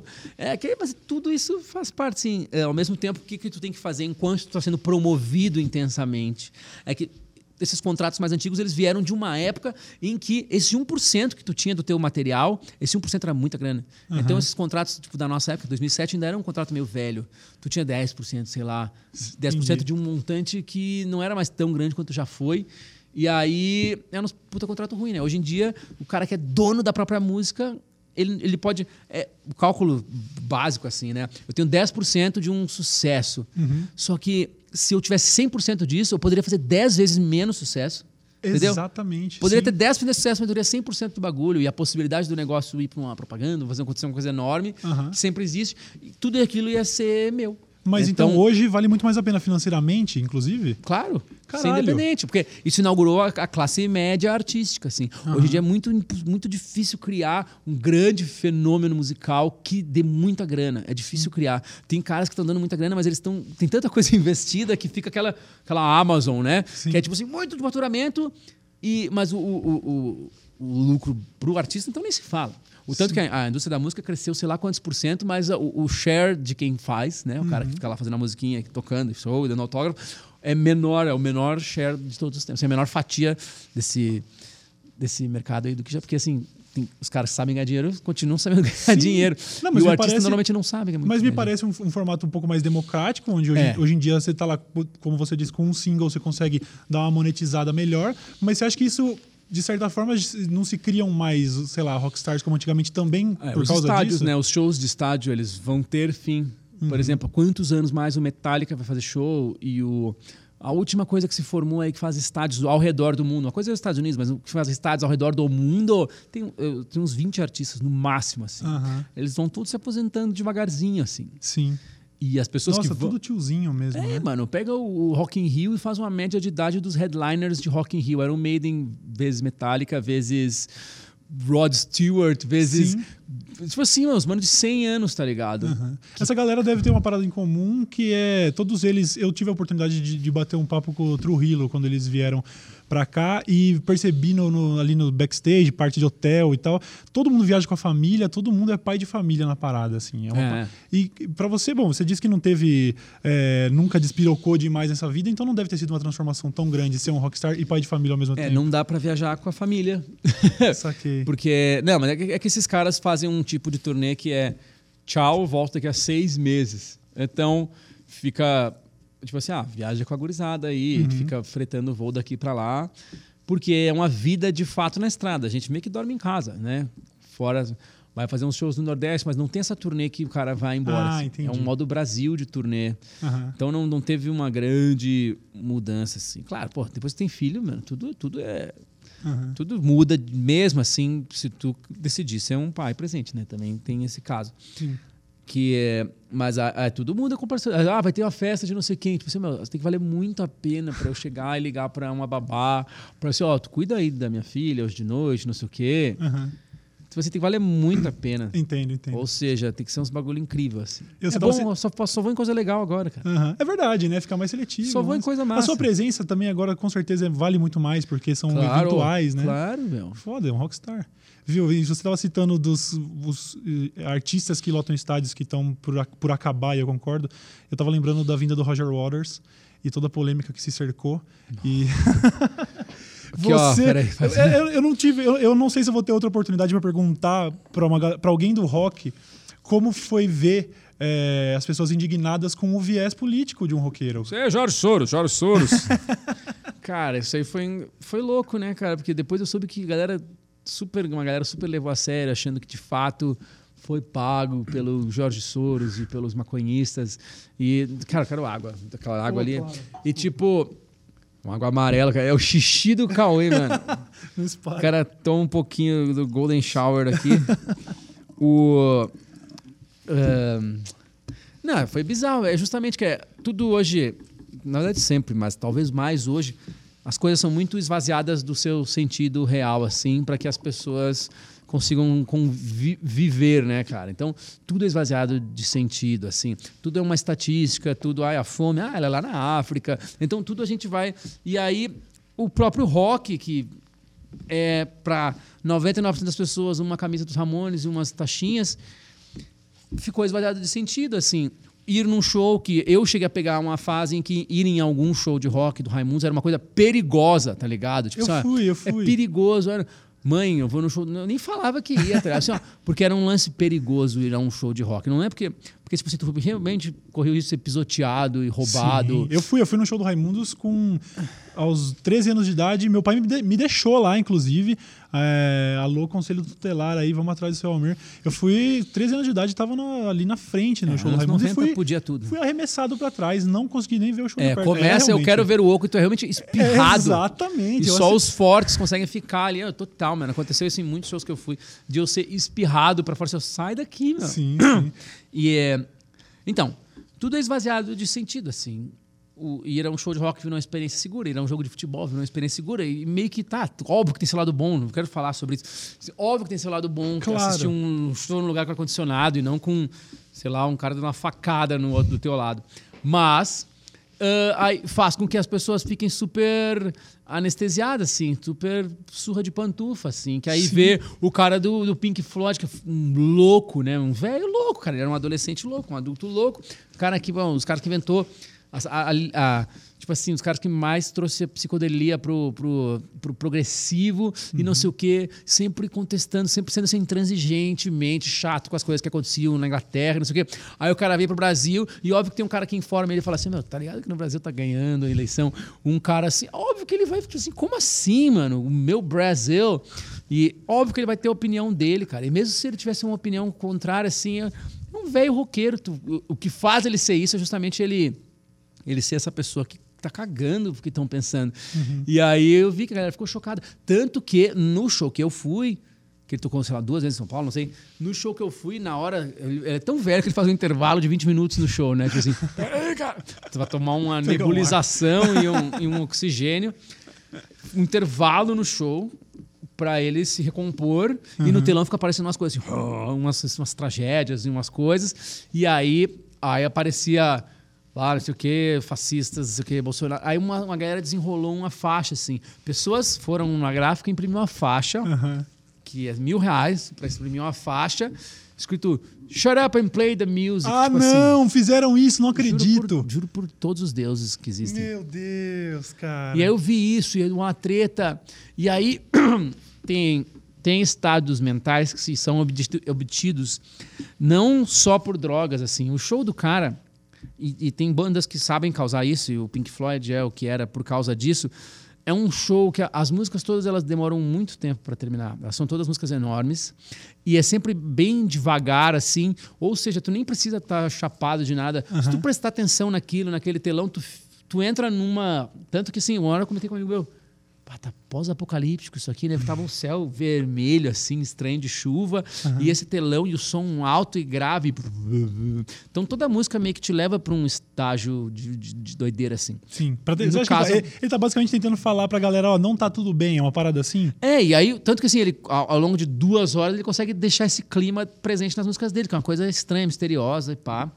mas tudo isso faz parte, assim, ao mesmo tempo, o que tu tem que fazer enquanto tu tá sendo promovido intensamente? É que esses contratos mais antigos, eles vieram de uma época em que esse 1% que tu tinha do teu material, esse 1% era muita grana. Então, esses contratos tipo, da nossa época, 2007, ainda era um contrato meio velho. Tu tinha 10%, sei lá, 10% de um montante que não era mais tão grande quanto já foi. E aí, é um puta contrato ruim, né? Hoje em dia, o cara que é dono da própria música, ele pode... o cálculo básico, assim, né? Eu tenho 10% de um sucesso. Só que se eu tivesse 100% disso, eu poderia fazer 10 vezes menos sucesso. Entendeu? Exatamente. Poderia ter 10% de sucesso, mas eu teria 100% do bagulho. E a possibilidade do negócio ir para uma propaganda, fazer acontecer uma coisa enorme, que sempre existe. E tudo aquilo ia ser meu. Mas então hoje vale muito mais a pena financeiramente, inclusive? Claro, Caralho. ser independente. Porque isso inaugurou a classe média artística. Assim. Hoje em dia é muito, muito difícil criar um grande fenômeno musical que dê muita grana. É difícil criar. Tem caras que estão dando muita grana, mas eles tem tanta coisa investida que fica aquela Amazon, né? Sim. Que é tipo assim, muito de faturamento, mas o lucro pro artista então nem se fala. O tanto que a indústria da música cresceu, sei lá quantos %, mas o share de quem faz, né? O cara que fica lá fazendo a musiquinha, tocando, show, dando autógrafo, é o menor share de todos os tempos. É a menor fatia desse mercado aí do que já... Porque, assim, os caras que sabem ganhar dinheiro continuam sabendo ganhar dinheiro. Não, mas e o artista normalmente não sabe. Mas me parece um formato um pouco mais democrático, onde hoje em dia você tá lá, como você disse, com um single você consegue dar uma monetizada melhor, mas você acha que isso... De certa forma, não se criam mais, sei lá, rockstars como antigamente também por causa estádios, disso? Né? Os shows de estádio, eles vão ter fim. Por exemplo, quantos anos mais o Metallica vai fazer show e o A última coisa que se formou aí, que faz estádios ao redor do mundo, uma coisa é os Estados Unidos, mas que faz estádios ao redor do mundo, tem uns 20 artistas no máximo, assim. Eles vão todos se aposentando devagarzinho, assim. Sim. E as pessoas Nossa, que vão... tudo tiozinho mesmo, né? Mano, pega o Rock in Rio e faz uma média de idade dos headliners de Rock in Rio. Iron Maiden vezes Metallica, vezes Rod Stewart, vezes... Sim. Tipo assim, os manos de 100 anos, tá ligado? Essa galera deve ter uma parada em comum, que é... Todos eles... Eu tive a oportunidade de bater um papo com o Trujillo quando eles vieram pra cá e percebi ali no backstage, parte de hotel e tal, todo mundo viaja com a família, todo mundo é pai de família na parada, assim. E pra você, bom, você disse que não teve... nunca despirocou demais nessa vida, então não deve ter sido uma transformação tão grande ser um rockstar e pai de família ao mesmo tempo. Não dá pra viajar com a família. Saquei. Porque... Não, mas é que esses caras fazem um tipo de turnê que é tchau, volta daqui a 6 meses. Então, fica... Tipo assim, viaja com a gurizada aí, fica fretando o voo daqui pra lá, porque é uma vida de fato na estrada. A gente meio que dorme em casa, né? Fora, vai fazer uns shows no Nordeste, mas não tem essa turnê que o cara vai embora. Assim. É um modo Brasil de turnê. Então não teve uma grande mudança, assim. Claro, pô, depois que tem filho, mano, tudo é... Tudo muda mesmo assim, se tu decidir ser um pai presente, né? Também tem esse caso. Sim. Mas tudo muda com parceiro. Vai ter uma festa de não sei quem. Tipo assim, tem que valer muito a pena para eu chegar e ligar para uma babá. Para assim, tu cuida aí da minha filha hoje de noite, não sei o quê. Tipo assim, tem que valer muito a pena. Entendo. Ou seja, tem que ser uns bagulho incrível, assim. Eu só vou em coisa legal agora, cara. É verdade, né? Ficar mais seletivo. Só vou em coisa massa. A sua presença também agora, com certeza, vale muito mais, porque são eventuais, né? Claro, meu. Foda, é um rockstar. Viu? E você estava citando os artistas que lotam estádios que estão por acabar, e eu concordo. Eu estava lembrando da vinda do Roger Waters e toda a polêmica que se cercou. E... eu não sei se eu vou ter outra oportunidade para perguntar para alguém do rock como foi ver as pessoas indignadas com o viés político de um roqueiro. Você é Jorge Soros. Cara, isso aí foi louco, né, cara? Porque depois eu soube que uma galera super levou a sério, achando que de fato foi pago pelo Jorge Soros e pelos maconhistas. E, cara, eu quero água. Aquela água ali. Claro. E tipo, uma água amarela, cara. É o xixi do Cauê, mano. O cara toma um pouquinho do Golden Shower aqui. Não, foi bizarro. É justamente que tudo hoje, na verdade sempre, mas talvez mais hoje, as coisas são muito esvaziadas do seu sentido real, assim, para que as pessoas consigam viver, né, cara? Então, tudo é esvaziado de sentido, assim. Tudo é uma estatística, tudo, a fome, ela é lá na África. Então, tudo a gente vai... E aí, o próprio rock, que é para 99% das pessoas uma camisa dos Ramones e umas taxinhas, ficou esvaziado de sentido, assim. Ir num show, que eu cheguei a pegar uma fase em que ir em algum show de rock do Raimundos era uma coisa perigosa, tá ligado? Tipo, eu fui. É perigoso. Mãe, eu vou no show... Eu nem falava que ia, tá ligado? Assim, porque era um lance perigoso ir a um show de rock. Não é porque tipo assim, tu realmente correu risco de ser pisoteado e roubado. Sim. Eu fui no show do Raimundos aos 13 anos de idade. Meu pai me deixou lá, inclusive. Alô, conselho tutelar aí, vamos atrás do seu Almir. Eu fui 13 anos de idade, estava ali na frente no show do Raimundos. 90 podia tudo. Fui arremessado pra trás, não consegui nem ver o show de perto. Começa, eu quero ver o oco e tu é realmente espirrado. Exatamente. E só os fortes conseguem ficar ali. Total, mano. Aconteceu isso em muitos shows que eu fui, de eu ser espirrado pra fora. Sai daqui, meu. Sim. Então, tudo é esvaziado de sentido, assim. Ir a um show de rock virou uma experiência segura, ir a um jogo de futebol virou uma experiência segura, e meio que óbvio que tem seu lado bom, não quero falar sobre isso. Óbvio que tem seu lado bom, claro. Assistir um show num lugar com ar-condicionado e não com, sei lá, um cara dando uma facada do teu lado. Mas aí faz com que as pessoas fiquem super anestesiadas, assim, super surra de pantufa, assim, que aí Sim. Vê o cara do Pink Floyd, que é um louco, né? Um velho louco, cara. Ele era um adolescente louco, um adulto louco. Os caras que inventou tipo assim, os caras que mais trouxe a psicodelia pro progressivo e não sei o quê, sempre contestando, sempre sendo assim, intransigentemente chato com as coisas que aconteciam na Inglaterra, não sei o quê. Aí o cara veio pro Brasil e óbvio que tem um cara que informa ele e fala assim, tá ligado que no Brasil tá ganhando a eleição? Um cara assim, óbvio que ele vai ficar assim, como assim, mano? O meu Brasil... E óbvio que ele vai ter a opinião dele, cara. E mesmo se ele tivesse uma opinião contrária, assim, é um velho roqueiro. O que faz ele ser isso é justamente ele ser essa pessoa que tá cagando o que estão pensando. E aí eu vi que a galera ficou chocada. Tanto que no show que eu fui, que ele tocou, sei lá, 2 vezes em São Paulo, não sei. No show que eu fui, na hora... Ele é tão velho que ele faz um intervalo de 20 minutos no show, né? Tipo assim, peraí, cara. Tu vai tomar uma nebulização e um oxigênio. Um intervalo no show pra ele se recompor. E no telão fica aparecendo umas coisas assim, umas tragédias e umas coisas. E aí aparecia... Lá, não sei o que, fascistas, não sei o que, Bolsonaro. Aí uma galera desenrolou uma faixa, assim. Pessoas foram na gráfica e imprimiram uma faixa... que é R$1.000 para imprimir uma faixa escrito Shut up and play the music. Ah, tipo não, assim, fizeram isso, não acredito. Juro por todos os deuses que existem. Meu Deus, cara. E aí eu vi isso, e uma treta. E aí tem estados mentais que são obtidos não só por drogas, assim. O show do cara, e tem bandas que sabem causar isso, e o Pink Floyd é o que era por causa disso. É um show que as músicas todas elas demoram muito tempo para terminar. Elas são todas músicas enormes e é sempre bem devagar, assim. Ou seja, tu nem precisa estar chapado de nada. Se tu prestar atenção naquele telão, tu entra numa... Tanto que, assim, uma hora eu comentei com um amigo meu, tá pós-apocalíptico isso aqui, né? Tava um céu vermelho, assim, estranho de chuva, e esse telão e o som alto e grave. Então toda a música meio que te leva para um estágio de doideira, assim. Sim. Ele tá basicamente tentando falar pra galera, ó, não tá tudo bem, é uma parada assim? E aí, tanto que assim, ele, ao longo de 2 horas, ele consegue deixar esse clima presente nas músicas dele, que é uma coisa estranha, misteriosa e pá.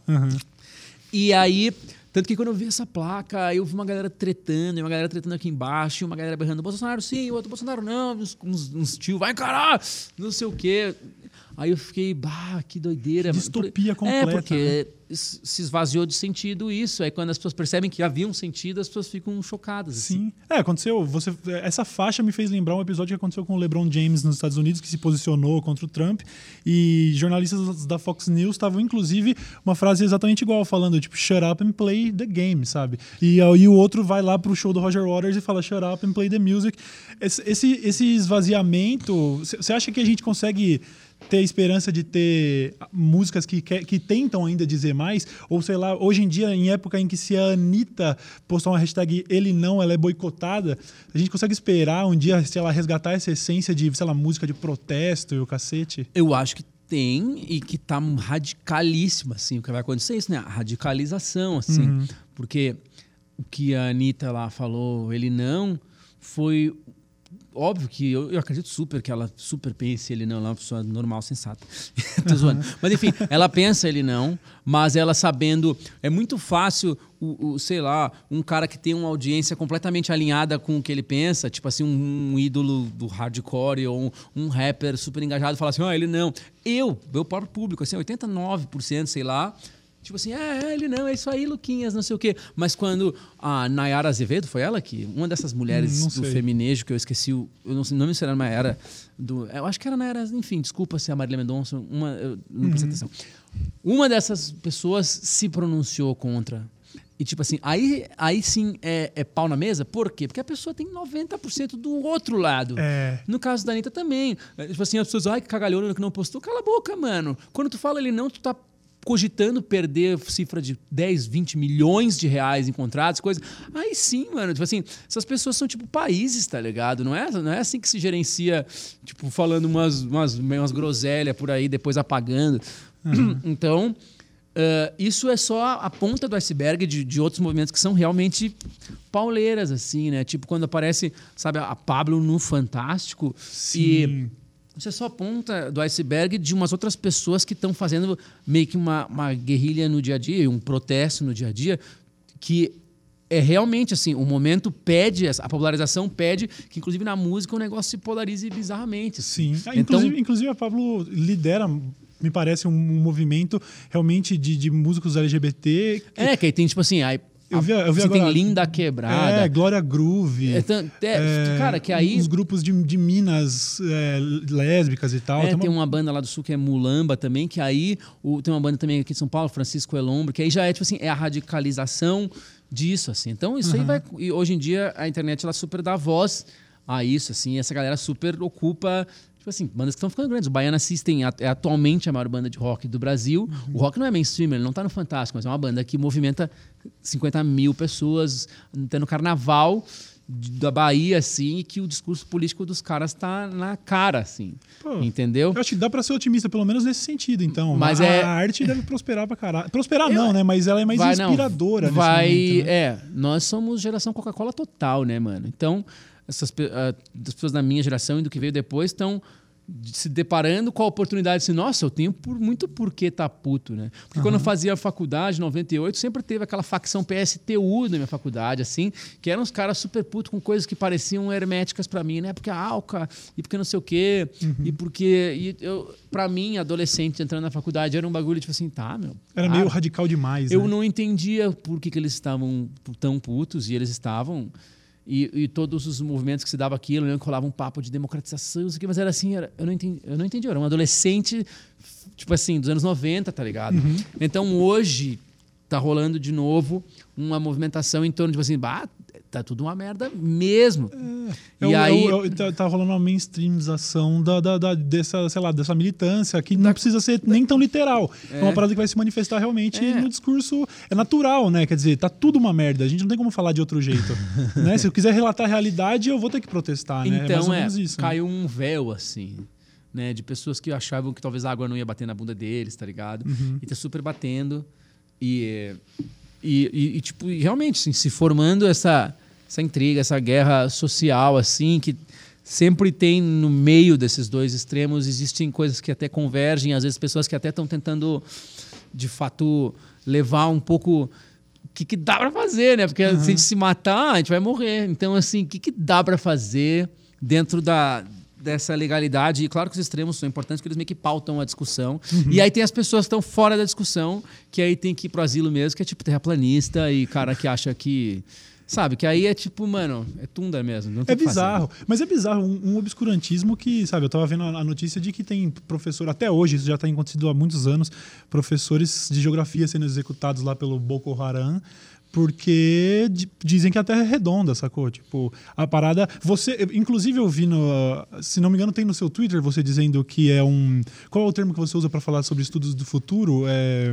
E aí... Tanto que quando eu vi essa placa, eu vi uma galera tretando, e uma galera tretando aqui embaixo, e uma galera berrando, Bolsonaro sim, o outro Bolsonaro não, uns tios, vai encarar, não sei o quê. Aí eu fiquei, que doideira. Distopia completa. Porque se esvaziou de sentido isso. Aí quando as pessoas percebem que havia um sentido, as pessoas ficam chocadas. Sim. Assim. Aconteceu. Essa faixa me fez lembrar um episódio que aconteceu com o LeBron James nos Estados Unidos, que se posicionou contra o Trump. E jornalistas da Fox News estavam, inclusive, uma frase exatamente igual, falando, tipo, shut up and play the game, sabe? E o outro vai lá pro show do Roger Waters e fala, shut up and play the music. Esse esvaziamento, você acha que a gente consegue ter esperança de ter músicas que tentam ainda dizer mais? Ou, sei lá, hoje em dia, em época em que se a Anitta postar uma hashtag ele não, ela é boicotada, a gente consegue esperar um dia, sei lá, resgatar essa essência de, sei lá, música de protesto e o cacete? Eu acho que tem e que tá radicalíssima, assim, o que vai acontecer é isso, né? A radicalização, assim, porque o que a Anitta lá falou, ele não, foi... Óbvio que eu acredito super que ela super pense ele não, ela é uma pessoa normal, sensata. Tô zoando. Mas enfim, ela pensa ele não, mas ela sabendo... É muito fácil, sei lá, um cara que tem uma audiência completamente alinhada com o que ele pensa, tipo assim, um ídolo do hardcore ou um rapper super engajado, falar assim, ele não. Meu próprio público, assim, 89%, sei lá... Tipo assim, ele não, é isso aí, Luquinhas, não sei o quê. Mas quando a Nayara Azevedo, foi ela que... Uma dessas mulheres do feminejo, que eu esqueci, eu não sei se era Nayara... Eu acho que era Nayara, enfim, desculpa se é a Marília Mendonça, eu não prestei atenção. Uma dessas pessoas se pronunciou contra. E tipo assim, aí sim é pau na mesa. Por quê? Porque a pessoa tem 90% do outro lado. No caso da Anitta também. Tipo assim, as pessoas, que cagalhona que não postou. Cala a boca, mano. Quando tu fala ele não, tu tá cogitando perder cifra de 10, 20 milhões de reais em contratos, coisas. Aí sim, mano, tipo assim, essas pessoas são tipo países, tá ligado? Não é assim que se gerencia, tipo, falando umas groselhas por aí, depois apagando. Então, isso é só a ponta do iceberg de outros movimentos que são realmente pauleiras, assim, né? Tipo, quando aparece, sabe, a Pablo no Fantástico. Sim. Isso é só a ponta do iceberg de umas outras pessoas que estão fazendo meio que uma guerrilha no dia a dia, um protesto no dia a dia, que é realmente assim, o momento pede, a popularização pede que, inclusive, na música o negócio se polarize bizarramente. Assim. Sim. Inclusive, a Pablo lidera, me parece, um movimento realmente de músicos LGBT. Que aí tem, tipo assim... Eu vi agora, tem Linda Quebrada. Glória Groove. Cara, que aí... Uns grupos de minas lésbicas e tal. Tem uma banda lá do Sul que é Mulamba também, que aí... Tem uma banda também aqui de São Paulo, Francisco Elombre, que aí já é, tipo assim, a radicalização disso, assim. Então, isso aí vai... E hoje em dia, a internet, ela super dá voz a isso, assim. Essa galera super ocupa... Tipo assim, bandas que estão ficando grandes. O Baiana System é atualmente a maior banda de rock do Brasil. O rock não é mainstream, ele não tá no Fantástico, mas é uma banda que movimenta 50 mil pessoas, no carnaval da Bahia, assim, e que o discurso político dos caras tá na cara, assim. Pô, entendeu? Eu acho que dá pra ser otimista, pelo menos nesse sentido, então. Mas a arte deve prosperar pra caralho. Prosperar não, né? Mas ela é mais inspiradora nesse momento, né? Nós somos geração Coca-Cola total, né, mano? Então, as pessoas da minha geração e do que veio depois estão se deparando com a oportunidade de assim, nossa, eu tenho muito por que tá puto, né? Porque quando eu fazia a faculdade, em 98, sempre teve aquela facção PSTU na minha faculdade, assim, que eram uns caras super putos com coisas que pareciam herméticas pra mim, né? Porque a Alca, e porque não sei o quê, e porque... pra mim, adolescente, entrando na faculdade, era um bagulho, tipo assim, tá, meu... Era meio radical demais, eu né? não entendia por que eles estavam tão putos, e eles estavam... E todos os movimentos que se dava aquilo, que rolava um papo de democratização, isso aqui, mas era assim, eu não entendi, eu era um adolescente, tipo assim, dos anos 90, tá ligado? Então hoje tá rolando de novo uma movimentação em torno de, tipo assim, tá tudo uma merda mesmo. Tá rolando uma mainstreamização dessa militância que não precisa ser nem tão literal. É uma parada que vai se manifestar realmente no discurso. É natural, né? Quer dizer, tá tudo uma merda. A gente não tem como falar de outro jeito. Né? Se eu quiser relatar a realidade, eu vou ter que protestar, né? Então, mais ou menos isso, caiu um véu, assim, né? De pessoas que achavam que talvez a água não ia bater na bunda deles, tá ligado? E tá super batendo. E tipo, realmente, assim, se formando essa intriga, essa guerra social, assim, que sempre tem no meio desses dois extremos, existem coisas que até convergem, às vezes pessoas que até estão tentando, de fato, levar um pouco... O que dá pra fazer, né? Porque se a gente se matar, a gente vai morrer. Então, assim, o que dá pra fazer dentro dessa legalidade? E claro que os extremos são importantes, porque eles meio que pautam a discussão. E aí tem as pessoas que estão fora da discussão, que aí tem que ir pro asilo mesmo, que é tipo terraplanista e cara que acha que... Sabe, que aí é tipo, mano, é tunda mesmo. Não tem é bizarro, mas é bizarro. Um obscurantismo que, sabe, eu tava vendo a notícia de que tem professor, até hoje, isso já tem acontecido há muitos anos, professores de geografia sendo executados lá pelo Boko Haram, porque dizem que a Terra é redonda, sacou? Tipo, a parada... Inclusive, eu vi se não me engano, tem no seu Twitter você dizendo que é um... Qual é o termo que você usa para falar sobre estudos do futuro?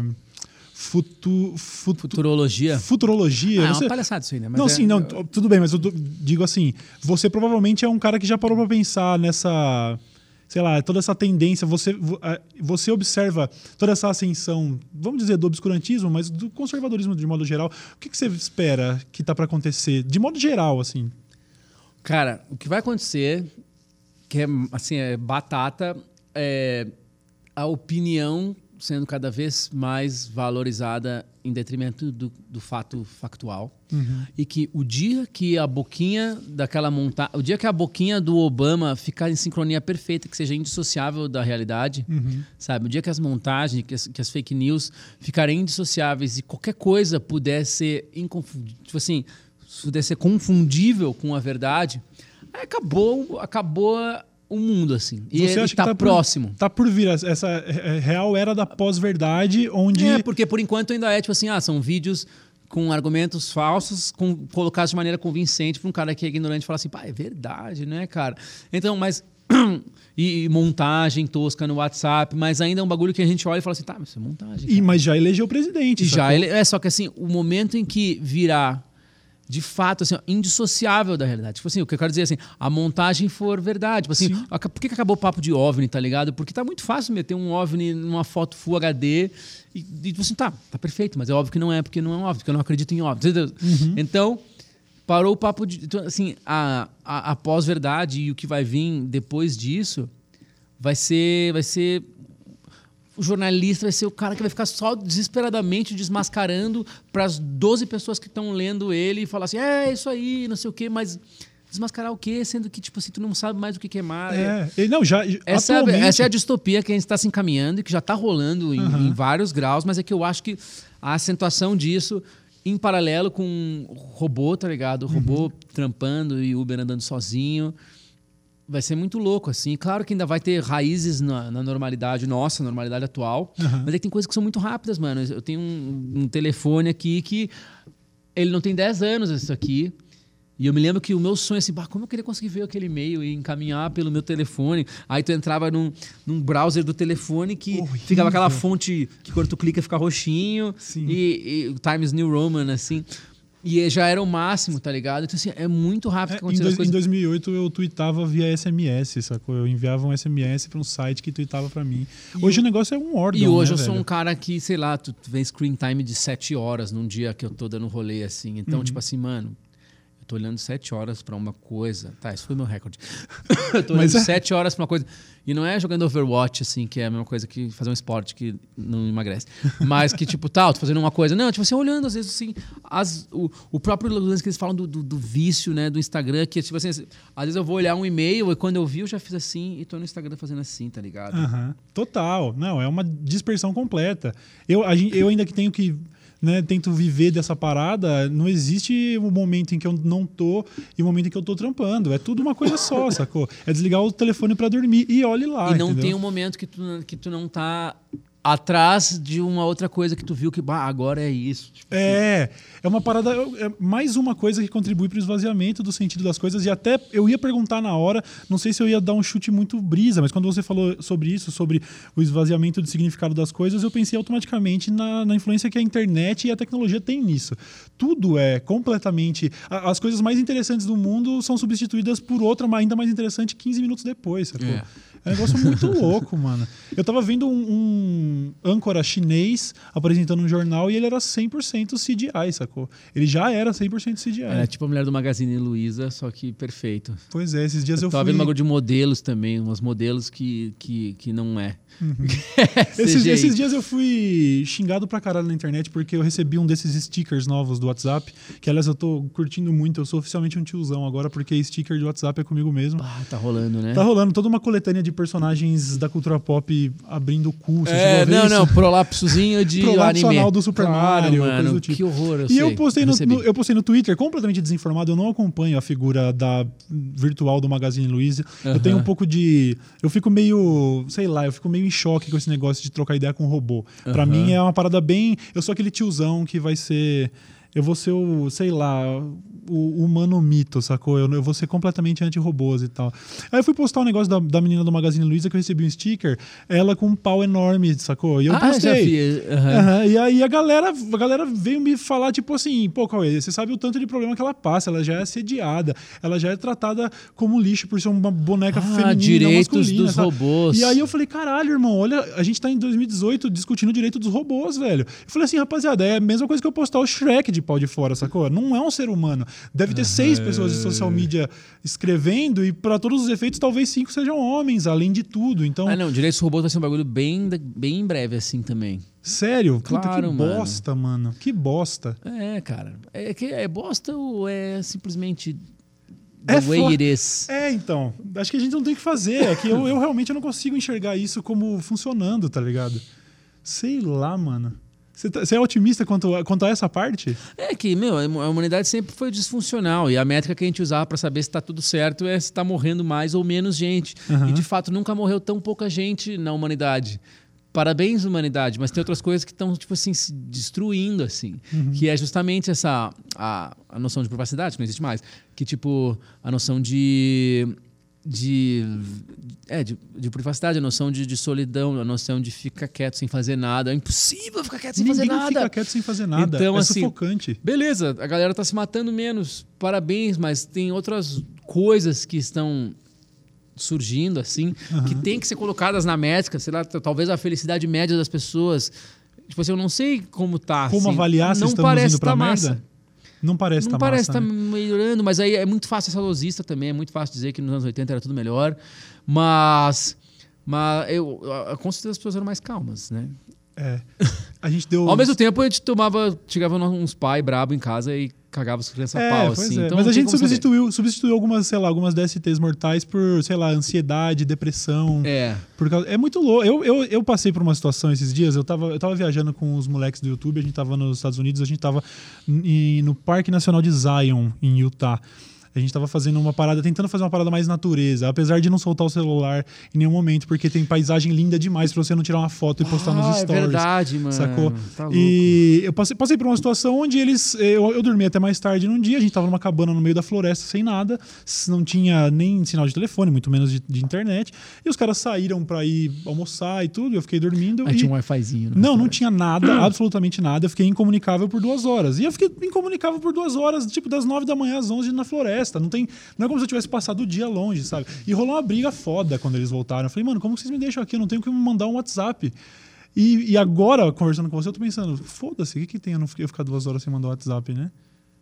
Futurologia. Futurologia. É uma palhaçada isso aí, né? Mas tudo bem, mas eu digo assim, você provavelmente é um cara que já parou pra pensar nessa, sei lá, toda essa tendência, você observa toda essa ascensão, vamos dizer, do obscurantismo, mas do conservadorismo de modo geral. O que você espera que tá pra acontecer, de modo geral, assim? Cara, o que vai acontecer, que é, assim, é batata, é a opinião sendo cada vez mais valorizada em detrimento do fato factual. E que o dia que a boquinha daquela montagem... O dia que a boquinha do Obama ficar em sincronia perfeita, que seja indissociável da realidade, sabe? O dia que as montagens, que as fake news ficarem indissociáveis e qualquer coisa puder ser tipo assim, puder ser confundível com a verdade, aí acabou o mundo, assim. E você acha que tá próximo. Tá por vir essa real era da pós-verdade, onde... porque por enquanto ainda é tipo assim, são vídeos com argumentos falsos, colocados de maneira convincente para um cara que é ignorante falar assim, é verdade, né, cara? Então, mas... e montagem tosca no WhatsApp, mas ainda é um bagulho que a gente olha e fala assim, mas isso é montagem. Mas já elegeu o presidente. Só que assim, o momento em que virar de fato, assim, indissociável da realidade. Tipo assim, o que eu quero dizer assim, a montagem for verdade. Tipo assim, por que acabou o papo de OVNI, tá ligado? Porque tá muito fácil meter um OVNI numa foto Full HD e tipo assim, tá perfeito, mas é óbvio que não é, porque não é um OVNI, porque eu não acredito em OVNI. Então, parou o papo de... Então, assim, a pós-verdade e o que vai vir depois disso vai ser... O jornalista vai ser o cara que vai ficar só desesperadamente desmascarando para as 12 pessoas que estão lendo ele e falar assim, isso aí, não sei o quê, mas desmascarar o quê? Sendo que, tipo assim, tu não sabe mais o que é mais. Essa é a distopia que a gente está se encaminhando e que já está rolando em vários graus, mas é que eu acho que a acentuação disso, em paralelo com o robô, tá ligado? O robô trampando e o Uber andando sozinho... Vai ser muito louco, assim. Claro que ainda vai ter raízes na normalidade nossa, normalidade atual. Mas aí tem coisas que são muito rápidas, mano. Eu tenho um telefone aqui que ele não tem 10 anos, isso aqui. E eu me lembro que o meu sonho, assim, como eu queria conseguir ver aquele e-mail e encaminhar pelo meu telefone. Aí tu entrava num browser do telefone que ficava aquela fonte que quando tu clica fica roxinho. E Times New Roman, assim. E já era o máximo, tá ligado? Então, assim, é muito rápido que aconteceu as coisas. Em 2008 eu tweetava via SMS, sacou? Eu enviava um SMS para um site que tweetava para mim. Hoje o negócio é um órgão, E hoje né, eu sou um cara que, sei lá, tu vê screen time de 7 horas num dia que eu tô dando rolê, assim. Então, tipo assim, mano, eu tô olhando 7 horas pra uma coisa. Tá, esse foi meu recorde. Eu tô olhando 7 horas pra uma coisa. E não é jogando Overwatch, assim, que é a mesma coisa que fazer um esporte que não emagrece. Mas que, tipo, tô fazendo uma coisa. Não, tipo assim, olhando, às vezes, assim, o próprio lance que eles falam do vício, né, do Instagram, que, tipo assim, às vezes eu vou olhar um e-mail e quando eu vi, eu já fiz assim e tô no Instagram fazendo assim, tá ligado? Total. Não, é uma dispersão completa. Eu ainda que tenho que... Né, tento viver dessa parada, não existe o momento em que eu não tô e o momento em que eu tô trampando. É tudo uma coisa só, sacou? É desligar o telefone pra dormir e olhe lá, e não entendeu? tem um momento que tu não tá atrás de uma outra coisa que tu viu que agora é isso. Tipo, é uma parada, é mais uma coisa que contribui para o esvaziamento do sentido das coisas. E até eu ia perguntar na hora, não sei se eu ia dar um chute muito brisa, mas quando você falou sobre isso, sobre o esvaziamento do significado das coisas, eu pensei automaticamente na influência que a internet e a tecnologia têm nisso. Tudo é completamente... As coisas mais interessantes do mundo são substituídas por outra ainda mais interessante 15 minutos depois, sacou? É um negócio muito louco, mano. Eu tava vendo um âncora chinês apresentando um jornal e ele era 100% CGI, sacou? Ele já era 100% CGI. É tipo a mulher do Magazine Luiza, só que perfeito. Pois é, esses dias eu tava fui... vendo um bagulho de modelos também, uns modelos que não é. Esses dias eu fui xingado pra caralho na internet porque eu recebi um desses stickers novos do WhatsApp, que aliás eu tô curtindo muito, eu sou oficialmente um tiozão agora porque sticker de WhatsApp é comigo mesmo. Tá rolando, né? Tá rolando toda uma coletânea de personagens da cultura pop abrindo o cu. Não, prolapsozinho de prolapso anime. anal do Super Mario, mano, coisa do tipo. Que horror, eu postei no Twitter, completamente desinformado, eu não acompanho a figura da virtual do Magazine Luiza. Eu tenho um pouco de... Eu fico meio, sei lá, eu fico meio em choque com esse negócio de trocar ideia com um robô. Pra mim é uma parada bem... Eu sou aquele tiozão que vai ser... Eu vou ser o, sei lá, o humano mito, sacou? Eu vou ser completamente anti-robôs e tal. Aí eu fui postar um negócio da menina do Magazine Luiza que eu recebi um sticker, ela com um pau enorme, sacou? E eu postei. Já vi. E aí a galera veio me falar, tipo assim, pô, Cauê, você sabe o tanto de problema que ela passa, ela já é assediada, ela já é tratada como lixo por ser uma boneca feminina, direitos masculina, dos robôs. E aí eu falei, caralho, irmão, olha, a gente tá em 2018 discutindo o direito dos robôs, velho. Eu falei assim, rapaziada, é a mesma coisa que eu postar o Shrek de pau de fora, sacou? Não é um ser humano. Deve ter 6 pessoas de social media escrevendo e para todos os efeitos talvez 5 sejam homens, além de tudo. Então... direitos dos robôs vai ser um bagulho bem em breve assim também. Sério? Claro, puta, que bosta, mano. Que bosta. Cara. É bosta ou é simplesmente the way it is? Então. Acho que a gente não tem o que fazer. É que eu realmente não consigo enxergar isso como funcionando, tá ligado? Sei lá, mano. Você é otimista quanto a essa parte? É que, a humanidade sempre foi disfuncional e a métrica que a gente usava para saber se está tudo certo é se está morrendo mais ou menos gente. E, de fato, nunca morreu tão pouca gente na humanidade. Parabéns, humanidade, mas tem outras coisas que estão, tipo assim, se destruindo, assim. Que é justamente a noção de privacidade, que não existe mais. Que, tipo, a noção de privacidade, a noção de solidão, a noção de ficar quieto sem fazer nada. É impossível ficar quieto sem fazer nada. Ninguém fica quieto sem fazer nada. Então, é assim, sufocante. Beleza, a galera tá se matando menos. Parabéns, mas tem outras coisas que estão surgindo, assim, que tem que ser colocadas na métrica. Sei lá, talvez a felicidade média das pessoas. Tipo assim, eu não sei como tá. Como assim, avaliar se não estamos parece indo pra merda? massa. Não parece estar parece massa, estar melhorando, mas aí é muito fácil essa losista também, é muito fácil dizer que nos anos 80 era tudo melhor, mas com certeza as pessoas eram mais calmas, né? A gente deu... Ao mesmo tempo, a gente chegava uns pais brabo em casa e cagava as crianças a pau, assim. Então, mas a gente substituiu algumas DSTs mortais por, sei lá, ansiedade, depressão. É muito louco. Eu passei por uma situação esses dias, eu tava viajando com os moleques do YouTube, a gente tava nos Estados Unidos, a gente tava no Parque Nacional de Zion, em Utah. A gente tava tentando fazer uma parada mais natureza, apesar de não soltar o celular em nenhum momento, porque tem paisagem linda demais pra você não tirar uma foto e postar nos stories. É verdade, mano. Sacou? Tá louco. E eu passei por uma situação onde eu dormi até mais tarde num dia, a gente tava numa cabana no meio da floresta sem nada, não tinha nem sinal de telefone, muito menos de internet, e os caras saíram pra ir almoçar e tudo, eu fiquei dormindo. Aí tinha um Wi-Fizinho. Não tinha nada, absolutamente nada, eu fiquei incomunicável por 2 horas. E eu fiquei incomunicável por 2 horas, tipo, das 9 da manhã às 11 na floresta. Não é como se eu tivesse passado o dia longe, sabe? E rolou uma briga foda quando eles voltaram. Eu falei, mano, como que vocês me deixam aqui? Eu não tenho que me mandar um WhatsApp. E agora, conversando com você, eu tô pensando, foda-se, o que tem eu ficar 2 horas sem mandar um WhatsApp, né?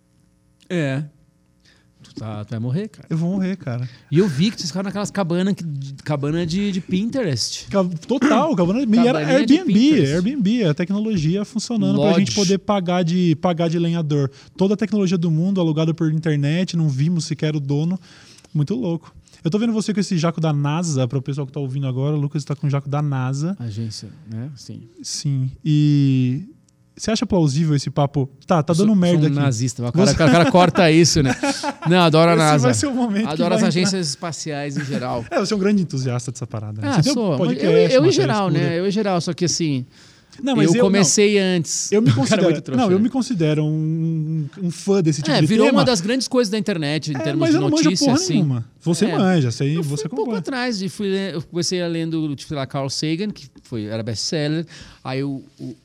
É. Tu vai morrer, cara. Eu vou morrer, cara. E eu vi que vocês ficaram naquelas cabana de Pinterest. Total, cabana era Airbnb, a tecnologia funcionando Lodge. pra gente poder pagar de lenhador. Toda a tecnologia do mundo alugada por internet, não vimos sequer o dono. Muito louco. Eu tô vendo você com esse jaco da NASA, para o pessoal que tá ouvindo agora, o Lucas tá com o jaco da NASA. Agência, né? Sim. Sim. E você acha plausível esse papo? Tá dando merda sou aqui. Nazista. O cara corta isso, né? Não, adoro a NASA. Esse vai ser o momento. Adoro as agências espaciais em geral. Você é um grande entusiasta dessa parada. Né? Sou. Eu em geral, né? Eu em geral, só que assim... Não, mas eu comecei antes. Eu me considero um fã desse tipo de virou tema. Uma das grandes coisas da internet em termos de notícia, assim. Nenhuma. Você manja, você um pouco atrás. Eu comecei a lendo, tipo, lá, Carl Sagan, que era best-seller. Aí o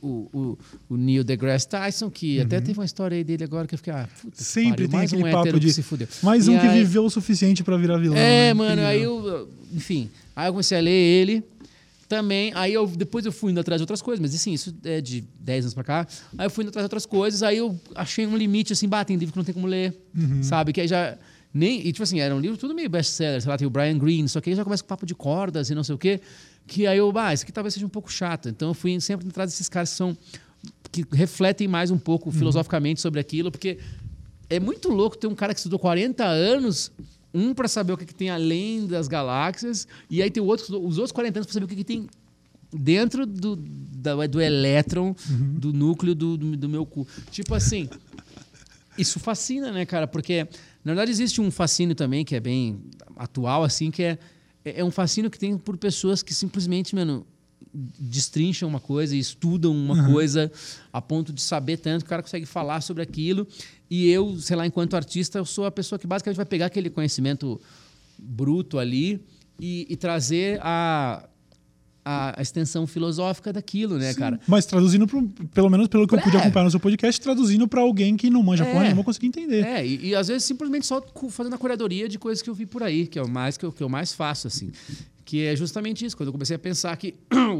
Neil deGrasse Tyson, que até teve uma história aí dele agora que eu fiquei, sempre tem aquele papo de que se fudeu. Mais um que viveu o suficiente pra virar vilão. Mano, aí enfim. Aí eu comecei a ler ele. Também, aí depois eu fui indo atrás de outras coisas, mas assim, isso é de 10 anos pra cá. Aí eu fui indo atrás de outras coisas, aí eu achei um limite, assim, tem livro que não tem como ler, sabe? Que aí já... E tipo assim, era um livro tudo meio best-seller, sei lá, tem o Brian Greene, só que aí já começa com papo de cordas e não sei o quê, que aí isso aqui talvez seja um pouco chato. Então eu fui sempre atrás desses caras que refletem mais um pouco filosoficamente sobre aquilo, porque é muito louco ter um cara que estudou 40 anos... para saber o que tem além das galáxias, e aí tem os outros 40 anos para saber o que tem dentro do elétron, do núcleo do meu cu. Tipo assim, isso fascina, né, cara? Porque, na verdade, existe um fascínio também, que é bem atual, assim, que é um fascínio que tem por pessoas que simplesmente, mano, destrincham uma coisa e estudam uma coisa a ponto de saber tanto que o cara consegue falar sobre aquilo. E eu, sei lá, enquanto artista, eu sou a pessoa que basicamente vai pegar aquele conhecimento bruto ali e trazer a extensão filosófica daquilo, né, cara? Mas traduzindo, pelo menos pelo que eu pude acompanhar no seu podcast, traduzindo para alguém que não manja porra nenhuma, conseguir entender. E às vezes simplesmente só fazendo a curadoria de coisas que eu vi por aí, que é o que eu mais faço, assim. Que é justamente isso, quando eu comecei a pensar que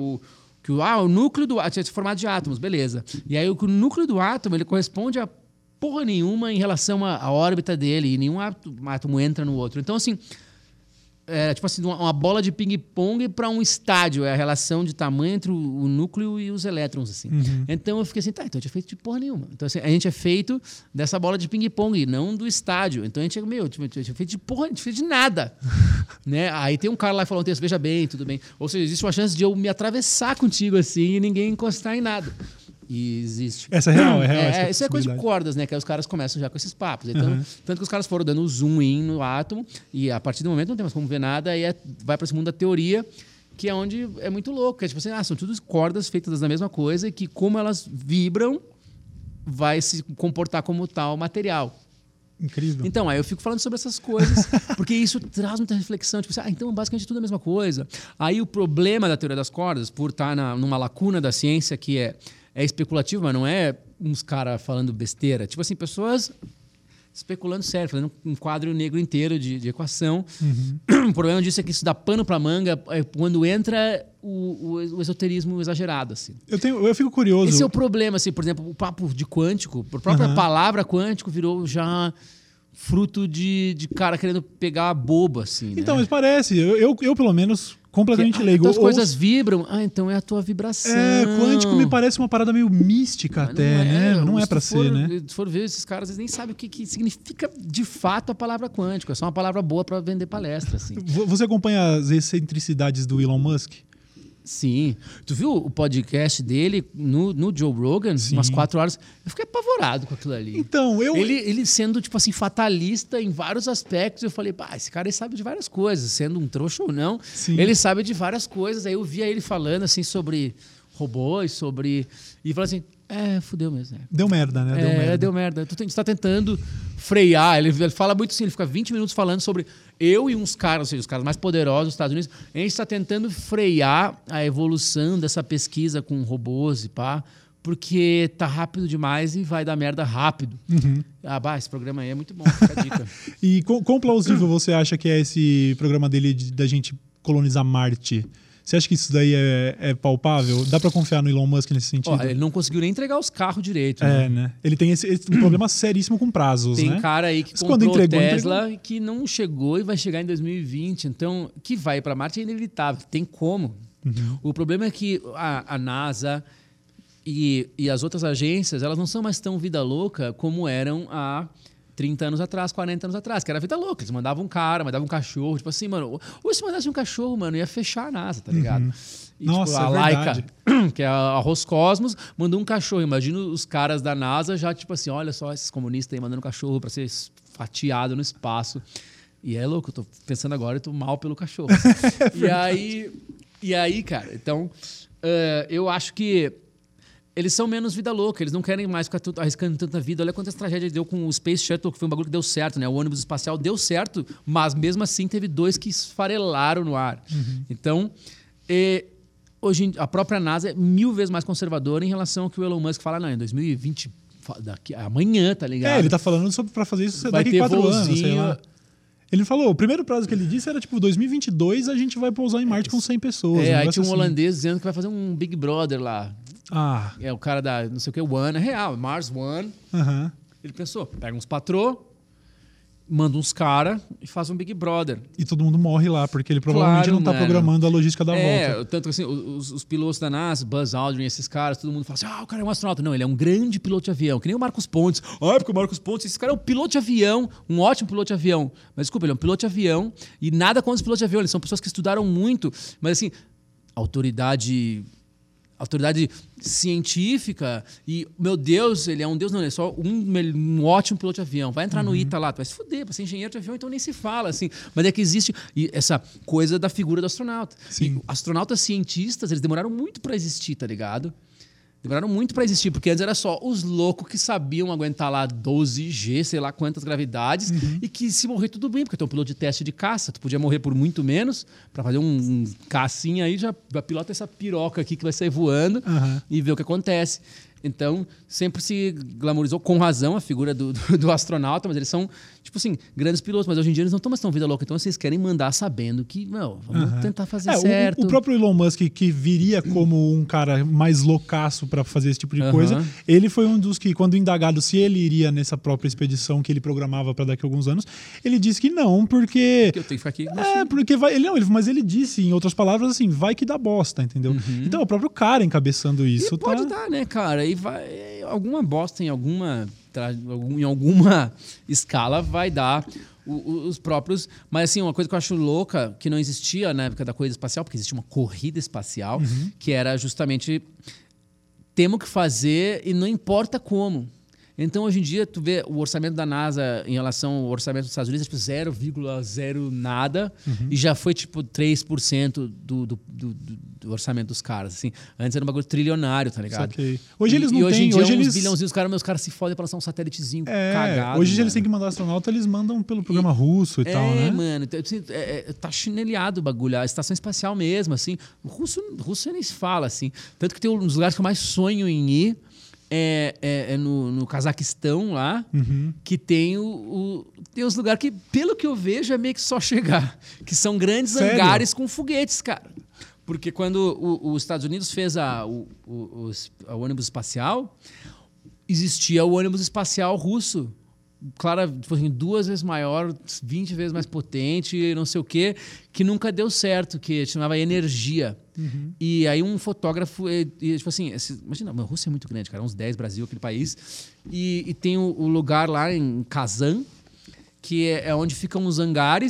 o núcleo do átomo é formado de átomos, beleza. E aí o núcleo do átomo, ele corresponde a porra nenhuma em relação à órbita dele, e nenhum átomo entra no outro. Então, assim, tipo assim, uma bola de ping-pong para um estádio, é a relação de tamanho entre o núcleo e os elétrons, assim. Então eu fiquei assim, então a gente é feito de porra nenhuma. Então assim, a gente é feito dessa bola de ping-pong, não do estádio. Então a gente é feito de porra, a gente é feito de nada. Né? Aí tem um cara lá que falou um texto, veja bem, tudo bem. Ou seja, existe uma chance de eu me atravessar contigo assim e ninguém encostar em nada. E existe. Essa é real. Isso é coisa de cordas, né? Que aí os caras começam já com esses papos. Então, tanto que os caras foram dando zoom in no átomo, e a partir do momento não tem mais como ver nada, aí vai para esse mundo da teoria, que é onde é muito louco. É tipo assim, são tudo cordas feitas da mesma coisa, e que como elas vibram, vai se comportar como tal material. Incrível. Então, aí eu fico falando sobre essas coisas, porque isso traz muita reflexão. Tipo assim, então basicamente tudo é a mesma coisa. Aí o problema da teoria das cordas, por estar numa lacuna da ciência que é especulativo, mas não é uns caras falando besteira. Tipo assim, pessoas especulando sério, fazendo um quadro negro inteiro de equação. O problema disso é que isso dá pano pra manga quando entra o esoterismo exagerado, assim. Eu fico curioso. Esse é o problema, assim, por exemplo, o papo de quântico, a própria palavra quântico virou já fruto de cara querendo pegar a boba, assim. Então, né? Mas parece. Eu pelo menos, completamente leigo. Então as coisas vibram. Então é a tua vibração. Quântico me parece uma parada meio mística até, né? Não é pra ser, né? Se for ver esses caras, eles nem sabem o que significa de fato a palavra quântico. É só uma palavra boa pra vender palestra, assim. Você acompanha as excentricidades do Elon Musk? Sim. Tu viu o podcast dele no Joe Rogan? Sim. Umas 4 horas. Eu fiquei apavorado com aquilo ali. Então, Ele sendo, tipo assim, fatalista em vários aspectos. Eu falei, pá, esse cara aí sabe de várias coisas. Sendo um trouxa ou não, Sim. ele sabe de várias coisas. Aí eu via ele falando, assim, sobre robôs, sobre... E falei assim, fudeu mesmo. Deu merda, né? Deu merda. Tu está tentando frear. Ele fala muito assim, ele fica 20 minutos falando sobre eu e uns caras, ou seja, os caras mais poderosos dos Estados Unidos. A gente está tentando frear a evolução dessa pesquisa com robôs e pá, porque tá rápido demais e vai dar merda rápido. Uhum. Esse programa aí é muito bom, fica a dica. E quão plausível você acha que é esse programa dele da gente colonizar Marte? Você acha que isso daí é palpável? Dá pra confiar no Elon Musk nesse sentido? Ele não conseguiu nem entregar os carros direito. Né? Ele tem esse problema seríssimo com prazos, Tem né? cara aí que Mas comprou quando entregou, Tesla que não chegou e vai chegar em 2020. Então, que vai para Marte é inevitável. Tem como. Uhum. O problema é que a NASA e as outras agências, elas não são mais tão vida louca como eram há 30 anos atrás, 40 anos atrás, que era vida louca. Eles mandavam um cara, mandavam um cachorro. Tipo assim, mano, ou se mandasse um cachorro, mano, ia fechar a NASA, tá ligado? E, Nossa, tipo, a Laika, que é a Roscosmos, mandou um cachorro. Imagina os caras da NASA já, tipo assim, olha só esses comunistas aí mandando um cachorro pra ser fatiado no espaço. E é louco, eu tô pensando agora, eu tô mal pelo cachorro. E aí, cara, então, eu acho que eles são menos vida louca, eles não querem mais ficar arriscando tanta vida. Olha quantas tragédias deu com o Space Shuttle, que foi um bagulho que deu certo, né? O ônibus espacial deu certo, mas mesmo assim teve 2 que esfarelaram no ar. Uhum. Então, hoje a própria NASA é 1000 vezes mais conservadora em relação ao que o Elon Musk fala, não, em 2020, amanhã, tá ligado? Ele tá falando sobre pra fazer isso vai daqui ter 4 anos, sei voozinho. lá. Ele falou, o primeiro prazo que ele disse era tipo 2022 a gente vai pousar em Marte com 100 pessoas. Aí negócio tinha um assim. holandês dizendo que vai fazer um Big Brother lá. É o cara da, não sei o que, One, é real, Mars One. Uhum. Ele pensou, pega uns patrô, manda uns caras e faz um Big Brother. E todo mundo morre lá, porque ele provavelmente não tá programando a logística da volta. Tanto que assim, os pilotos da NASA, Buzz Aldrin, esses caras, todo mundo fala assim, o cara é um astronauta. Não, ele é um grande piloto de avião, que nem o Marcos Pontes. Porque o Marcos Pontes, esse cara é um piloto de avião, um ótimo piloto de avião. Mas desculpa, ele é um piloto de avião e nada contra os pilotos de avião, eles são pessoas que estudaram muito, mas assim, autoridade científica e, meu Deus, ele é um deus, não, ele é só um ótimo piloto de avião. Vai entrar no ITA lá, tu vai se fuder, pra ser engenheiro de avião, então nem se fala, assim. Mas é que existe essa coisa da figura do astronauta. Sim. E astronautas cientistas, eles demoraram muito pra existir, tá ligado? Demoraram muito pra existir, porque antes era só os loucos que sabiam aguentar lá 12G, sei lá quantas gravidades, e que se morrer tudo bem, porque tu é um piloto de teste de caça, tu podia morrer por muito menos, pra fazer um cacinha aí, já pilota essa piroca aqui que vai sair voando e ver o que acontece. Então, sempre se glamorizou com razão a figura do astronauta, mas eles são, tipo assim, grandes pilotos. Mas hoje em dia eles não estão mais tão vida louca. Então, vocês querem mandar sabendo que, vamos tentar fazer certo. O próprio Elon Musk, que viria como um cara mais loucaço para fazer esse tipo de coisa, ele foi um dos que, quando indagado se ele iria nessa própria expedição que ele programava para daqui a alguns anos, ele disse que não, porque... eu tenho que ficar aqui. Porque vai... Mas ele disse, em outras palavras, assim, vai que dá bosta, entendeu? Então, o próprio cara encabeçando isso... E pode dar, né, cara? E vai... Alguma bosta em alguma escala vai dar os próprios... Mas, assim, uma coisa que eu acho louca, que não existia na época da corrida espacial, porque existia uma corrida espacial, que era justamente... Temos que fazer e não importa como. Então, hoje em dia, tu vê o orçamento da NASA em relação ao orçamento dos Estados Unidos, é tipo 0,0 nada, e já foi tipo 3% do orçamento dos caras. Assim. Antes era um bagulho trilionário, tá ligado? Okay. Hoje eles não têm... Hoje em dia, hoje uns bilhãozinhos, meus caras se fodem pra lançar um satélitezinho cagado. Hoje eles têm que mandar astronauta, eles mandam pelo programa russo e tal, né? Mano, tá chinelhado o bagulho. A estação espacial mesmo, assim. O russo nem se fala, assim. Tanto que tem um dos lugares que eu mais sonho em ir, no Cazaquistão lá, que tem tem os lugares que, pelo que eu vejo, é meio que só chegar. Que são grandes hangares com foguetes, cara. Porque quando os Estados Unidos fez o ônibus espacial, existia o ônibus espacial russo. Claro, tipo assim, 2 vezes maior, 20 vezes mais potente, não sei o quê, que nunca deu certo, que chamava Energia. E aí um fotógrafo, tipo assim, imagina, a Rússia é muito grande, cara, uns 10, Brasil, aquele país, e tem o lugar lá em Kazan, que é onde ficam os hangares.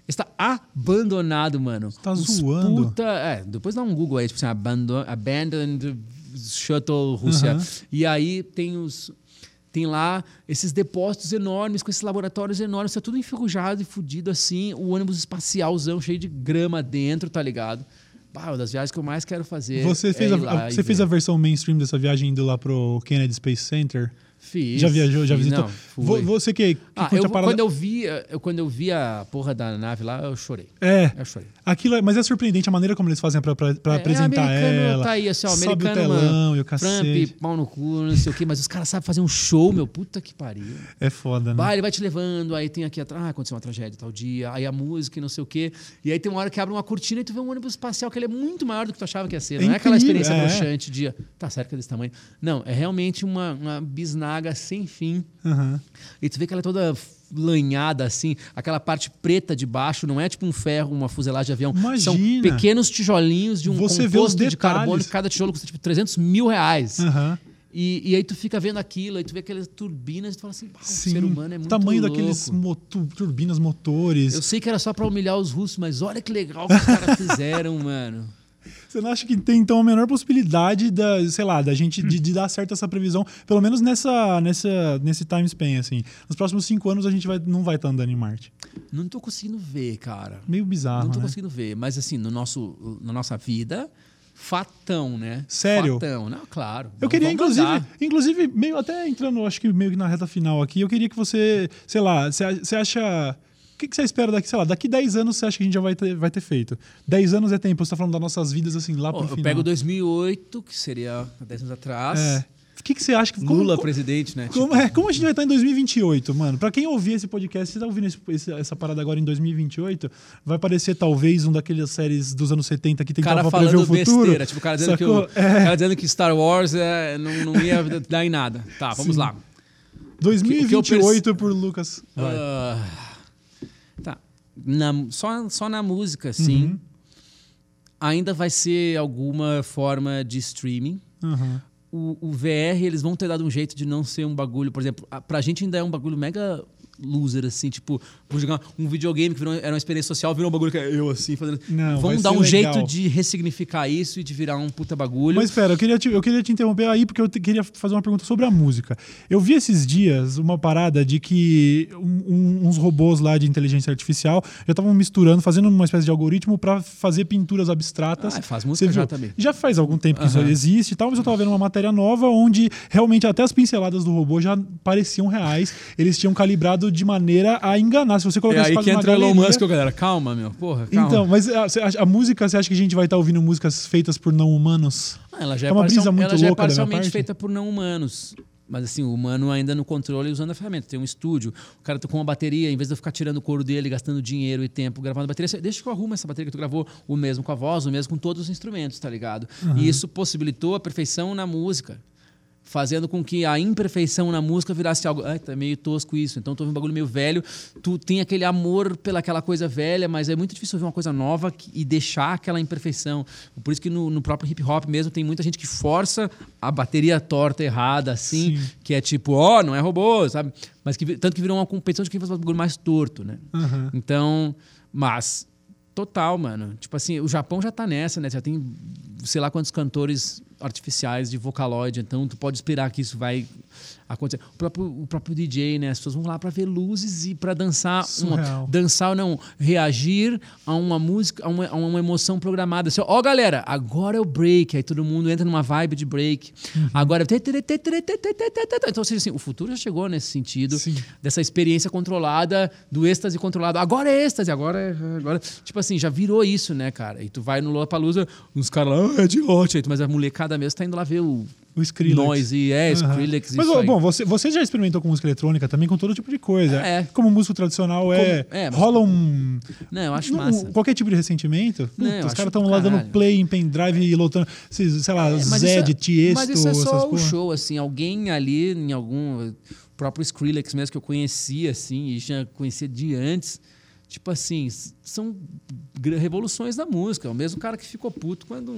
Está abandonado, mano. Tá zoando. Depois dá um Google aí, tipo assim, Abandoned Shuttle Rússia. E aí tem lá esses depósitos enormes, com esses laboratórios enormes, tá tudo enferrujado e fudido assim, o ônibus espacialzão cheio de grama dentro, tá ligado? Uma das viagens que eu mais quero fazer. Você fez a versão mainstream dessa viagem indo lá pro Kennedy Space Center? Fiz. Já viajou, já visitou? Não, fui. Você que curte a parada... Quando eu vi a porra da nave lá, eu chorei. Eu chorei. Mas é surpreendente a maneira como eles fazem pra apresentar ela. Tá aí, assim, ó, sobe americano, o telão mano, e o cacete. Trump, pau no cu, não sei o quê, mas os caras sabem fazer um show, meu, puta que pariu. É foda, né? Ele vai te levando, aí tem aqui atrás, aconteceu uma tragédia tal dia, aí a música e não sei o quê. E aí tem uma hora que abre uma cortina e tu vê um ônibus espacial que ele é muito maior do que tu achava que ia ser. Não é aquela experiência broxante de, tá certo que é desse tamanho. Não, é realmente uma bisnaga sem fim. E tu vê que ela é toda lanhada assim, aquela parte preta de baixo não é tipo um ferro, uma fuselagem de avião. Imagina. São pequenos tijolinhos de um composto de carbono, cada tijolo custa tipo R$300 mil. E aí tu fica vendo aquilo, aí tu vê aquelas turbinas e tu fala assim, o ser humano é muito tamanho louco. Daqueles turbinas, motores. Eu sei que era só pra humilhar os russos, mas olha que legal que os caras fizeram, mano. Você não acha que tem, então, a menor possibilidade da gente de dar certo essa previsão, pelo menos nesse time span, assim? Nos próximos 5 anos a gente não vai estar andando em Marte. Não tô conseguindo ver, cara. Meio bizarro, Não tô né? conseguindo ver, mas assim, na nossa vida, fatão, né? Sério? Fatão, não, claro. Eu queria, inclusive, meio até entrando, acho que meio que na reta final aqui, eu queria que você, você acha... O que você espera daqui 10 anos você acha que a gente já vai ter feito? 10 anos é tempo, você tá falando das nossas vidas assim, lá pro final. Eu pego 2008, que seria 10 anos atrás. O que você acha que... Lula presidente, né? Como a gente vai estar em 2028, mano? Pra quem ouvir esse podcast, você tá ouvindo essa parada agora em 2028, vai parecer talvez um daquelas séries dos anos 70 que tentava prever o futuro. Besteira, tipo o cara dizendo que Star Wars não ia dar em nada. Tá, vamos lá. 2028 por Lucas. Tá. Só na música, sim. Ainda vai ser alguma forma de streaming. O VR, eles vão ter dado um jeito de não ser um bagulho, por exemplo, pra gente ainda é um bagulho mega loser, assim, tipo, vou jogar um videogame que era uma experiência social, virou um bagulho que é eu, assim, fazendo... Vamos dar um jeito de ressignificar isso e de virar um puta bagulho. Mas espera, eu queria te interromper aí, porque eu queria fazer uma pergunta sobre a música. Eu vi esses dias uma parada de que uns robôs lá de inteligência artificial já estavam misturando, fazendo uma espécie de algoritmo pra fazer pinturas abstratas. Faz música já também. Já faz algum tempo que isso existe e tal, mas eu tava vendo uma matéria nova onde realmente até as pinceladas do robô já pareciam reais. Eles tinham calibrado de maneira a enganar. Se você colocar aí que entra o Elon Musk, galera. Calma, meu. Porra, calma. Então, mas a música, você acha que a gente vai estar ouvindo músicas feitas por não humanos? Ela já uma brisa muito louca, parcialmente feita por não humanos. Mas assim, o humano ainda no controle usando a ferramenta. Tem um estúdio, o cara tá com uma bateria, em vez de eu ficar tirando o couro dele, gastando dinheiro e tempo gravando a bateria, deixa que eu arrumo essa bateria que tu gravou, o mesmo com a voz, o mesmo com todos os instrumentos, tá ligado? E isso possibilitou a perfeição na música, fazendo com que a imperfeição na música virasse algo... tá meio tosco isso, então tu ouve um bagulho meio velho, tu tem aquele amor pelaquela coisa velha, mas é muito difícil ouvir uma coisa nova e deixar aquela imperfeição. Por isso que no próprio hip hop mesmo tem muita gente que força a bateria torta, errada, assim, que é tipo, não é robô, sabe? Mas tanto que virou uma competição de quem faz um bagulho mais torto, né? Então, mas... Total, mano. Tipo assim, o Japão já tá nessa, né? Já tem sei lá quantos cantores artificiais de Vocaloid, então tu pode esperar que isso vai acontecer. O próprio DJ, né? As pessoas vão lá para ver luzes e para dançar, reagir a uma música, a uma emoção programada. Assim, galera, agora é o break. Aí todo mundo entra numa vibe de break. Agora... Então, ou seja, assim, o futuro já chegou nesse sentido, dessa experiência controlada, do êxtase controlado. Agora é êxtase, agora... Tipo assim, já virou isso, né, cara? E tu vai no Lollapalooza, uns caras lá, é de hot, mas a molecada mesmo tá indo lá ver o Skrillex. Noise, Skrillex. Mas, bom, você já experimentou com música eletrônica também, com todo tipo de coisa. Como músico tradicional rola um... Não, eu acho massa. Qualquer tipo de ressentimento. Os caras estão lá dando play em pendrive e lotando, sei lá, Zed, Tiesto, mas isso é só o show, assim. Alguém ali, em algum... O próprio Skrillex mesmo, que eu conhecia, assim, e já conhecia de antes... Tipo assim, são revoluções da música. É o mesmo cara que ficou puto quando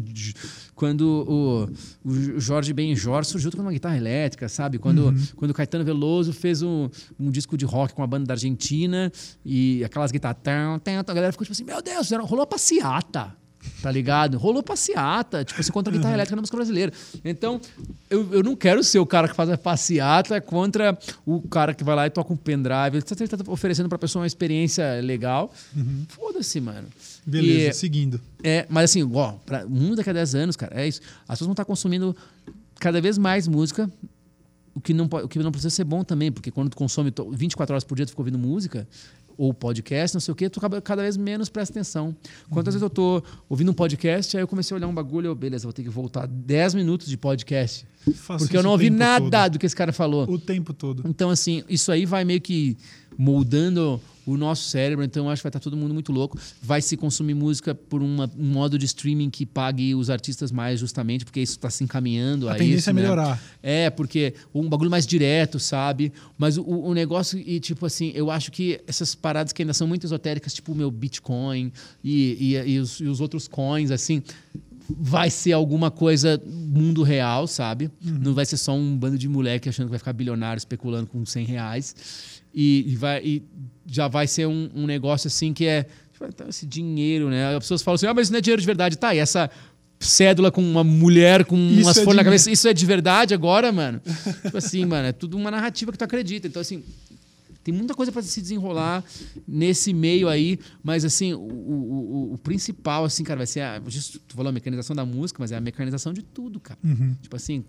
o Jorge Benjor surgiu com uma guitarra elétrica, sabe? Quando o Caetano Veloso fez um disco de rock com a banda da Argentina e aquelas guitarras... A galera ficou tipo assim, meu Deus, rolou a passeata. Tá ligado? Rolou passeata, tipo assim, contra a guitarra elétrica na música brasileira. Então, eu não quero ser o cara que faz a passeata contra o cara que vai lá e toca um pendrive. Ele tá oferecendo pra pessoa uma experiência legal. Foda-se, mano. Beleza, seguindo. Mas assim, pra o mundo daqui a 10 anos, cara, é isso. As pessoas vão estar consumindo cada vez mais música, o que não precisa ser bom também, porque quando tu consome 24 horas por dia, tu fica ouvindo música, ou podcast, não sei o quê, tu cada vez menos presta atenção. Quantas vezes eu tô ouvindo um podcast, aí eu comecei a olhar um bagulho, beleza, vou ter que voltar 10 minutos de podcast. Porque eu não ouvi nada do que esse cara falou. O tempo todo. Então, assim, isso aí vai meio que moldando o nosso cérebro, então eu acho que vai estar todo mundo muito louco. Vai se consumir música por um modo de streaming que pague os artistas mais justamente, porque isso está se encaminhando a isso. A tendência é melhorar. Porque um bagulho mais direto, sabe? Mas o negócio, e tipo assim, eu acho que essas paradas que ainda são muito esotéricas, tipo o meu Bitcoin e os outros coins, assim, vai ser alguma coisa mundo real, sabe? Não vai ser só um bando de moleque achando que vai ficar bilionário especulando com R$100. E já vai ser um negócio assim que é esse dinheiro, né? As pessoas falam assim, mas isso não é dinheiro de verdade. Tá, e essa cédula com uma mulher com umas folhas na cabeça, isso é de verdade agora, mano? Tipo assim, mano, é tudo uma narrativa que tu acredita. Então, assim, tem muita coisa para se desenrolar nesse meio aí, mas assim, o principal, assim, cara, vai ser tu falou a mecanização da música, mas é a mecanização de tudo, cara. Tipo assim,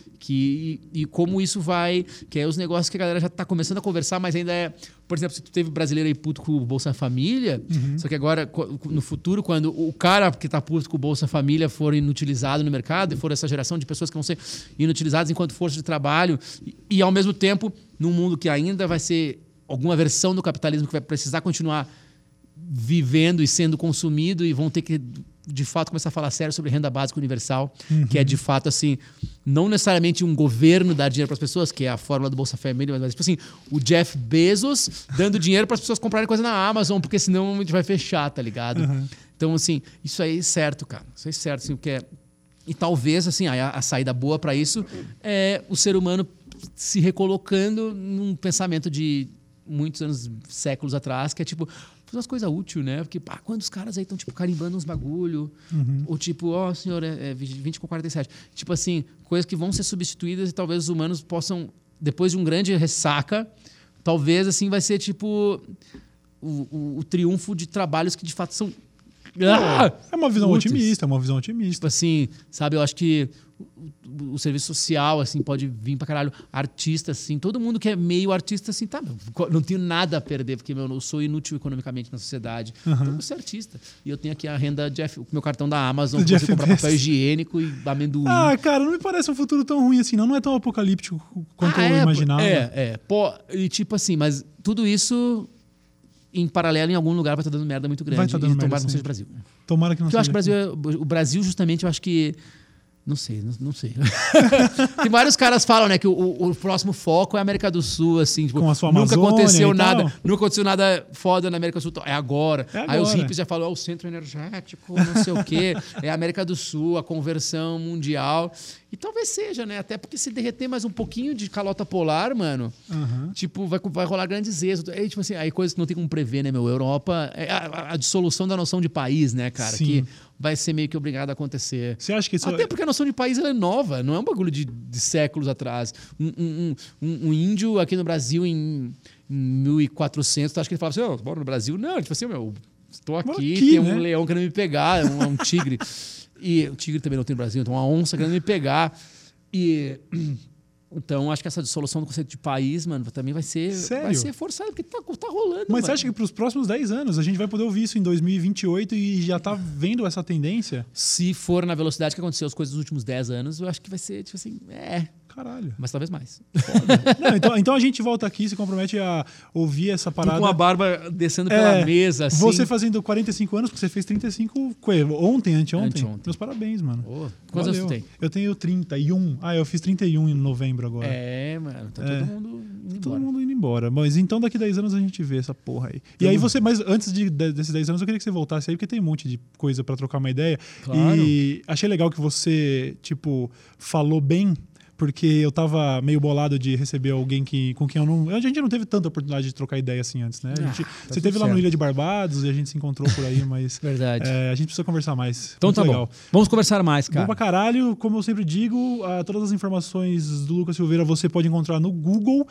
e como isso vai, que é os negócios que a galera já tá começando a conversar, mas ainda é, por exemplo, se tu teve brasileiro aí puto com o Bolsa Família, só que agora, no futuro, quando o cara que tá puto com o Bolsa Família for inutilizado no mercado, e for essa geração de pessoas que vão ser inutilizadas enquanto força de trabalho, e ao mesmo tempo, num mundo que ainda vai ser alguma versão do capitalismo que vai precisar continuar vivendo e sendo consumido, e vão ter que, de fato, começar a falar sério sobre renda básica universal, que é, de fato, assim, não necessariamente um governo dar dinheiro para as pessoas, que é a fórmula do Bolsa Família, mas, tipo assim, o Jeff Bezos dando dinheiro para as pessoas comprarem coisa na Amazon, porque senão a gente vai fechar, tá ligado? Então, assim, isso aí é certo, cara. Isso aí é certo, assim, o que é... E talvez, assim, a saída boa para isso é o ser humano se recolocando num pensamento de muitos anos, séculos atrás, que é tipo, fazer umas coisas úteis, né? Porque, quantos caras aí estão, tipo, carimbando uns bagulho, ou tipo, senhor, é 20 com 47. Tipo assim, coisas que vão ser substituídas e talvez os humanos possam, depois de um grande ressaca, talvez, assim, vai ser tipo o triunfo de trabalhos que de fato são... É uma visão otimista, é uma visão otimista. Tipo assim, sabe, eu acho que o serviço social, assim, pode vir pra caralho. Artista, assim, todo mundo que é meio artista, assim, tá, não tenho nada a perder, porque eu sou inútil economicamente na sociedade. Então, eu sou artista. E eu tenho aqui a renda Jeff, o meu cartão da Amazon, pra você comprar papel higiênico e amendoim. Cara, não me parece um futuro tão ruim assim, não. Não é tão apocalíptico quanto eu imaginava. E tipo assim, mas tudo isso... em paralelo, em algum lugar vai estar dando merda muito grande. Vai estar dando merda, tomara que não seja o Brasil. Tomara que não seja. Eu acho que o Brasil, justamente, eu acho que... Não sei. Tem vários caras que falam, né, que o próximo foco é a América do Sul, assim, tipo, com a sua nunca aconteceu nada, nunca aconteceu nada foda na América do Sul, é agora. Aí os hippies já falam, o centro energético, não sei o quê, é a América do Sul, a conversão mundial. E talvez seja, né? Até porque se derreter mais um pouquinho de calota polar, mano, tipo, vai rolar grandes êxodos. Aí, tipo assim, aí coisas que não tem como prever, né, meu? Europa, a dissolução da noção de país, né, cara? Sim. Que vai ser meio que obrigado a acontecer. Você acha que isso... Até porque a noção de país ela é nova, não é um bagulho de séculos atrás. Um índio aqui no Brasil em 1400, tu acha que ele falava assim, moro no Brasil? Não, tipo assim, estou aqui, tem um leão querendo me pegar, um tigre. E o tigre também não tem no Brasil, então uma onça querendo me pegar. Então, acho que essa dissolução do conceito de país, mano, também vai ser forçada, porque tá rolando. Mas você acha que para os próximos 10 anos a gente vai poder ouvir isso em 2028 e já tá vendo essa tendência? Se for na velocidade que aconteceu as coisas nos últimos 10 anos, eu acho que vai ser, tipo assim, Caralho. Mas talvez mais. Não, então a gente volta aqui e se compromete a ouvir essa parada. Com a barba descendo pela mesa, assim. Você fazendo 45 anos, porque você fez 35 anteontem. Meus parabéns, mano. Quantos anos você tem? Eu tenho 31. Eu fiz 31 em novembro agora. Mano. Tá todo mundo Todo mundo indo embora. Mas então daqui 10 anos a gente vê essa porra aí. E aí você, mas antes desses 10 anos eu queria que você voltasse aí, porque tem um monte de coisa pra trocar uma ideia. Claro. E achei legal que você, tipo, falou bem, porque eu tava meio bolado de receber alguém com quem eu não... A gente não teve tanta oportunidade de trocar ideia assim antes, né? Você teve lá no Ilha de Barbados e a gente se encontrou por aí, mas... Verdade. A gente precisa conversar mais. Então muito tá legal. bom. Vamos conversar mais, cara. Bom pra caralho. Como eu sempre digo, todas as informações do Lucas Silveira você pode encontrar no Google.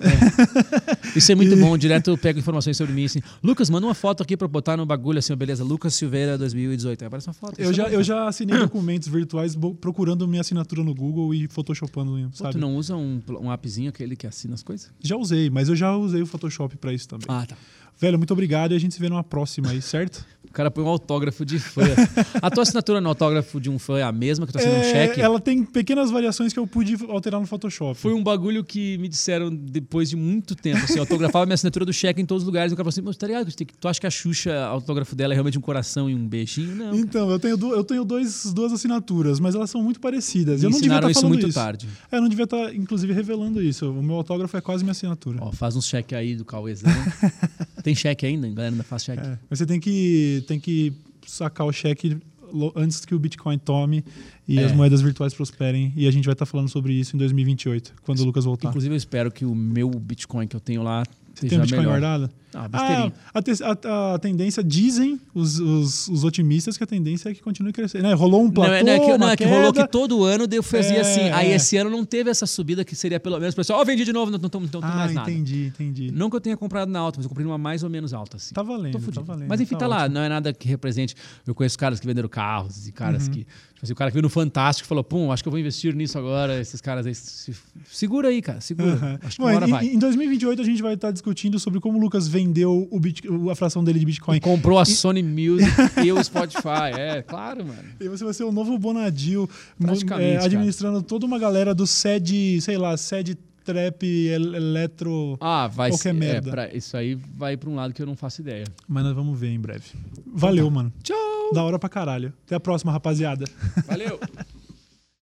Isso é muito bom. Direto eu pego informações sobre mim, assim. Lucas, manda uma foto aqui pra botar no bagulho, assim, beleza. Lucas Silveira 2018. Aí aparece uma foto. Eu já assinei documentos virtuais procurando minha assinatura no Google e photoshopando, sabe? Tu não usa um appzinho, aquele que assina as coisas? Já usei, mas eu já usei o Photoshop pra isso também. Ah, tá. Velho, muito obrigado e a gente se vê numa próxima aí, certo? O cara põe um autógrafo de fã. A tua assinatura no autógrafo de um fã é a mesma que tu assina um cheque? Ela tem pequenas variações que eu pude alterar no Photoshop. Foi um bagulho que me disseram depois de muito tempo. Assim, eu autografava minha assinatura do cheque em todos os lugares. E o cara falou assim, mas tá ligado? Tu acha que a Xuxa, o autógrafo dela é realmente um coração e um beijinho? Não. Então, eu tenho duas assinaturas, mas elas são muito parecidas. Me eu não devia estar falando muito tarde. Eu não devia estar, inclusive, revelando isso. O meu autógrafo é quase minha assinatura. Ó, faz uns cheque aí do Cauêzão. Tem cheque ainda? A galera ainda faz cheque. Mas você tem que sacar o cheque antes que o Bitcoin tome e as moedas virtuais prosperem. E a gente vai estar falando sobre isso em 2028, quando o Lucas voltar. Inclusive, eu espero que o meu Bitcoin que eu tenho lá Você tem um Bitcoin melhor. guardado? Besteirinha. A tendência, dizem os otimistas, que a tendência é que continue crescendo. Né? Rolou um platô, é que rolou que todo ano eu fazia assim. Aí é. Esse ano não teve essa subida que seria pelo menos... Pessoal, vendi de novo, não tem mais nada. Entendi. Não que eu tenha comprado na alta, mas eu comprei numa mais ou menos alta. Assim. Tá valendo. Mas enfim, tá lá. Ótimo. Não é nada que represente... Eu conheço caras que venderam carros e caras que... Tipo assim, o cara que veio no Fantástico e falou, pum, acho que eu vou investir nisso agora. Esses caras aí... Segura aí, cara. Segura. Acho que uma hora vai. Em 2028 a gente vai estar discutindo sobre como o Lucas vendeu a fração dele de Bitcoin. Comprou a Sony Music e o Spotify. Claro, mano. E você vai ser o novo Bonadil, cara. administrando toda uma galera do SED, sei lá, SED Trap, Eletro, qualquer merda. Isso aí vai pra um lado que eu não faço ideia. Mas nós vamos ver em breve. Valeu, mano. Tchau! Da hora pra caralho. Até a próxima, rapaziada. Valeu!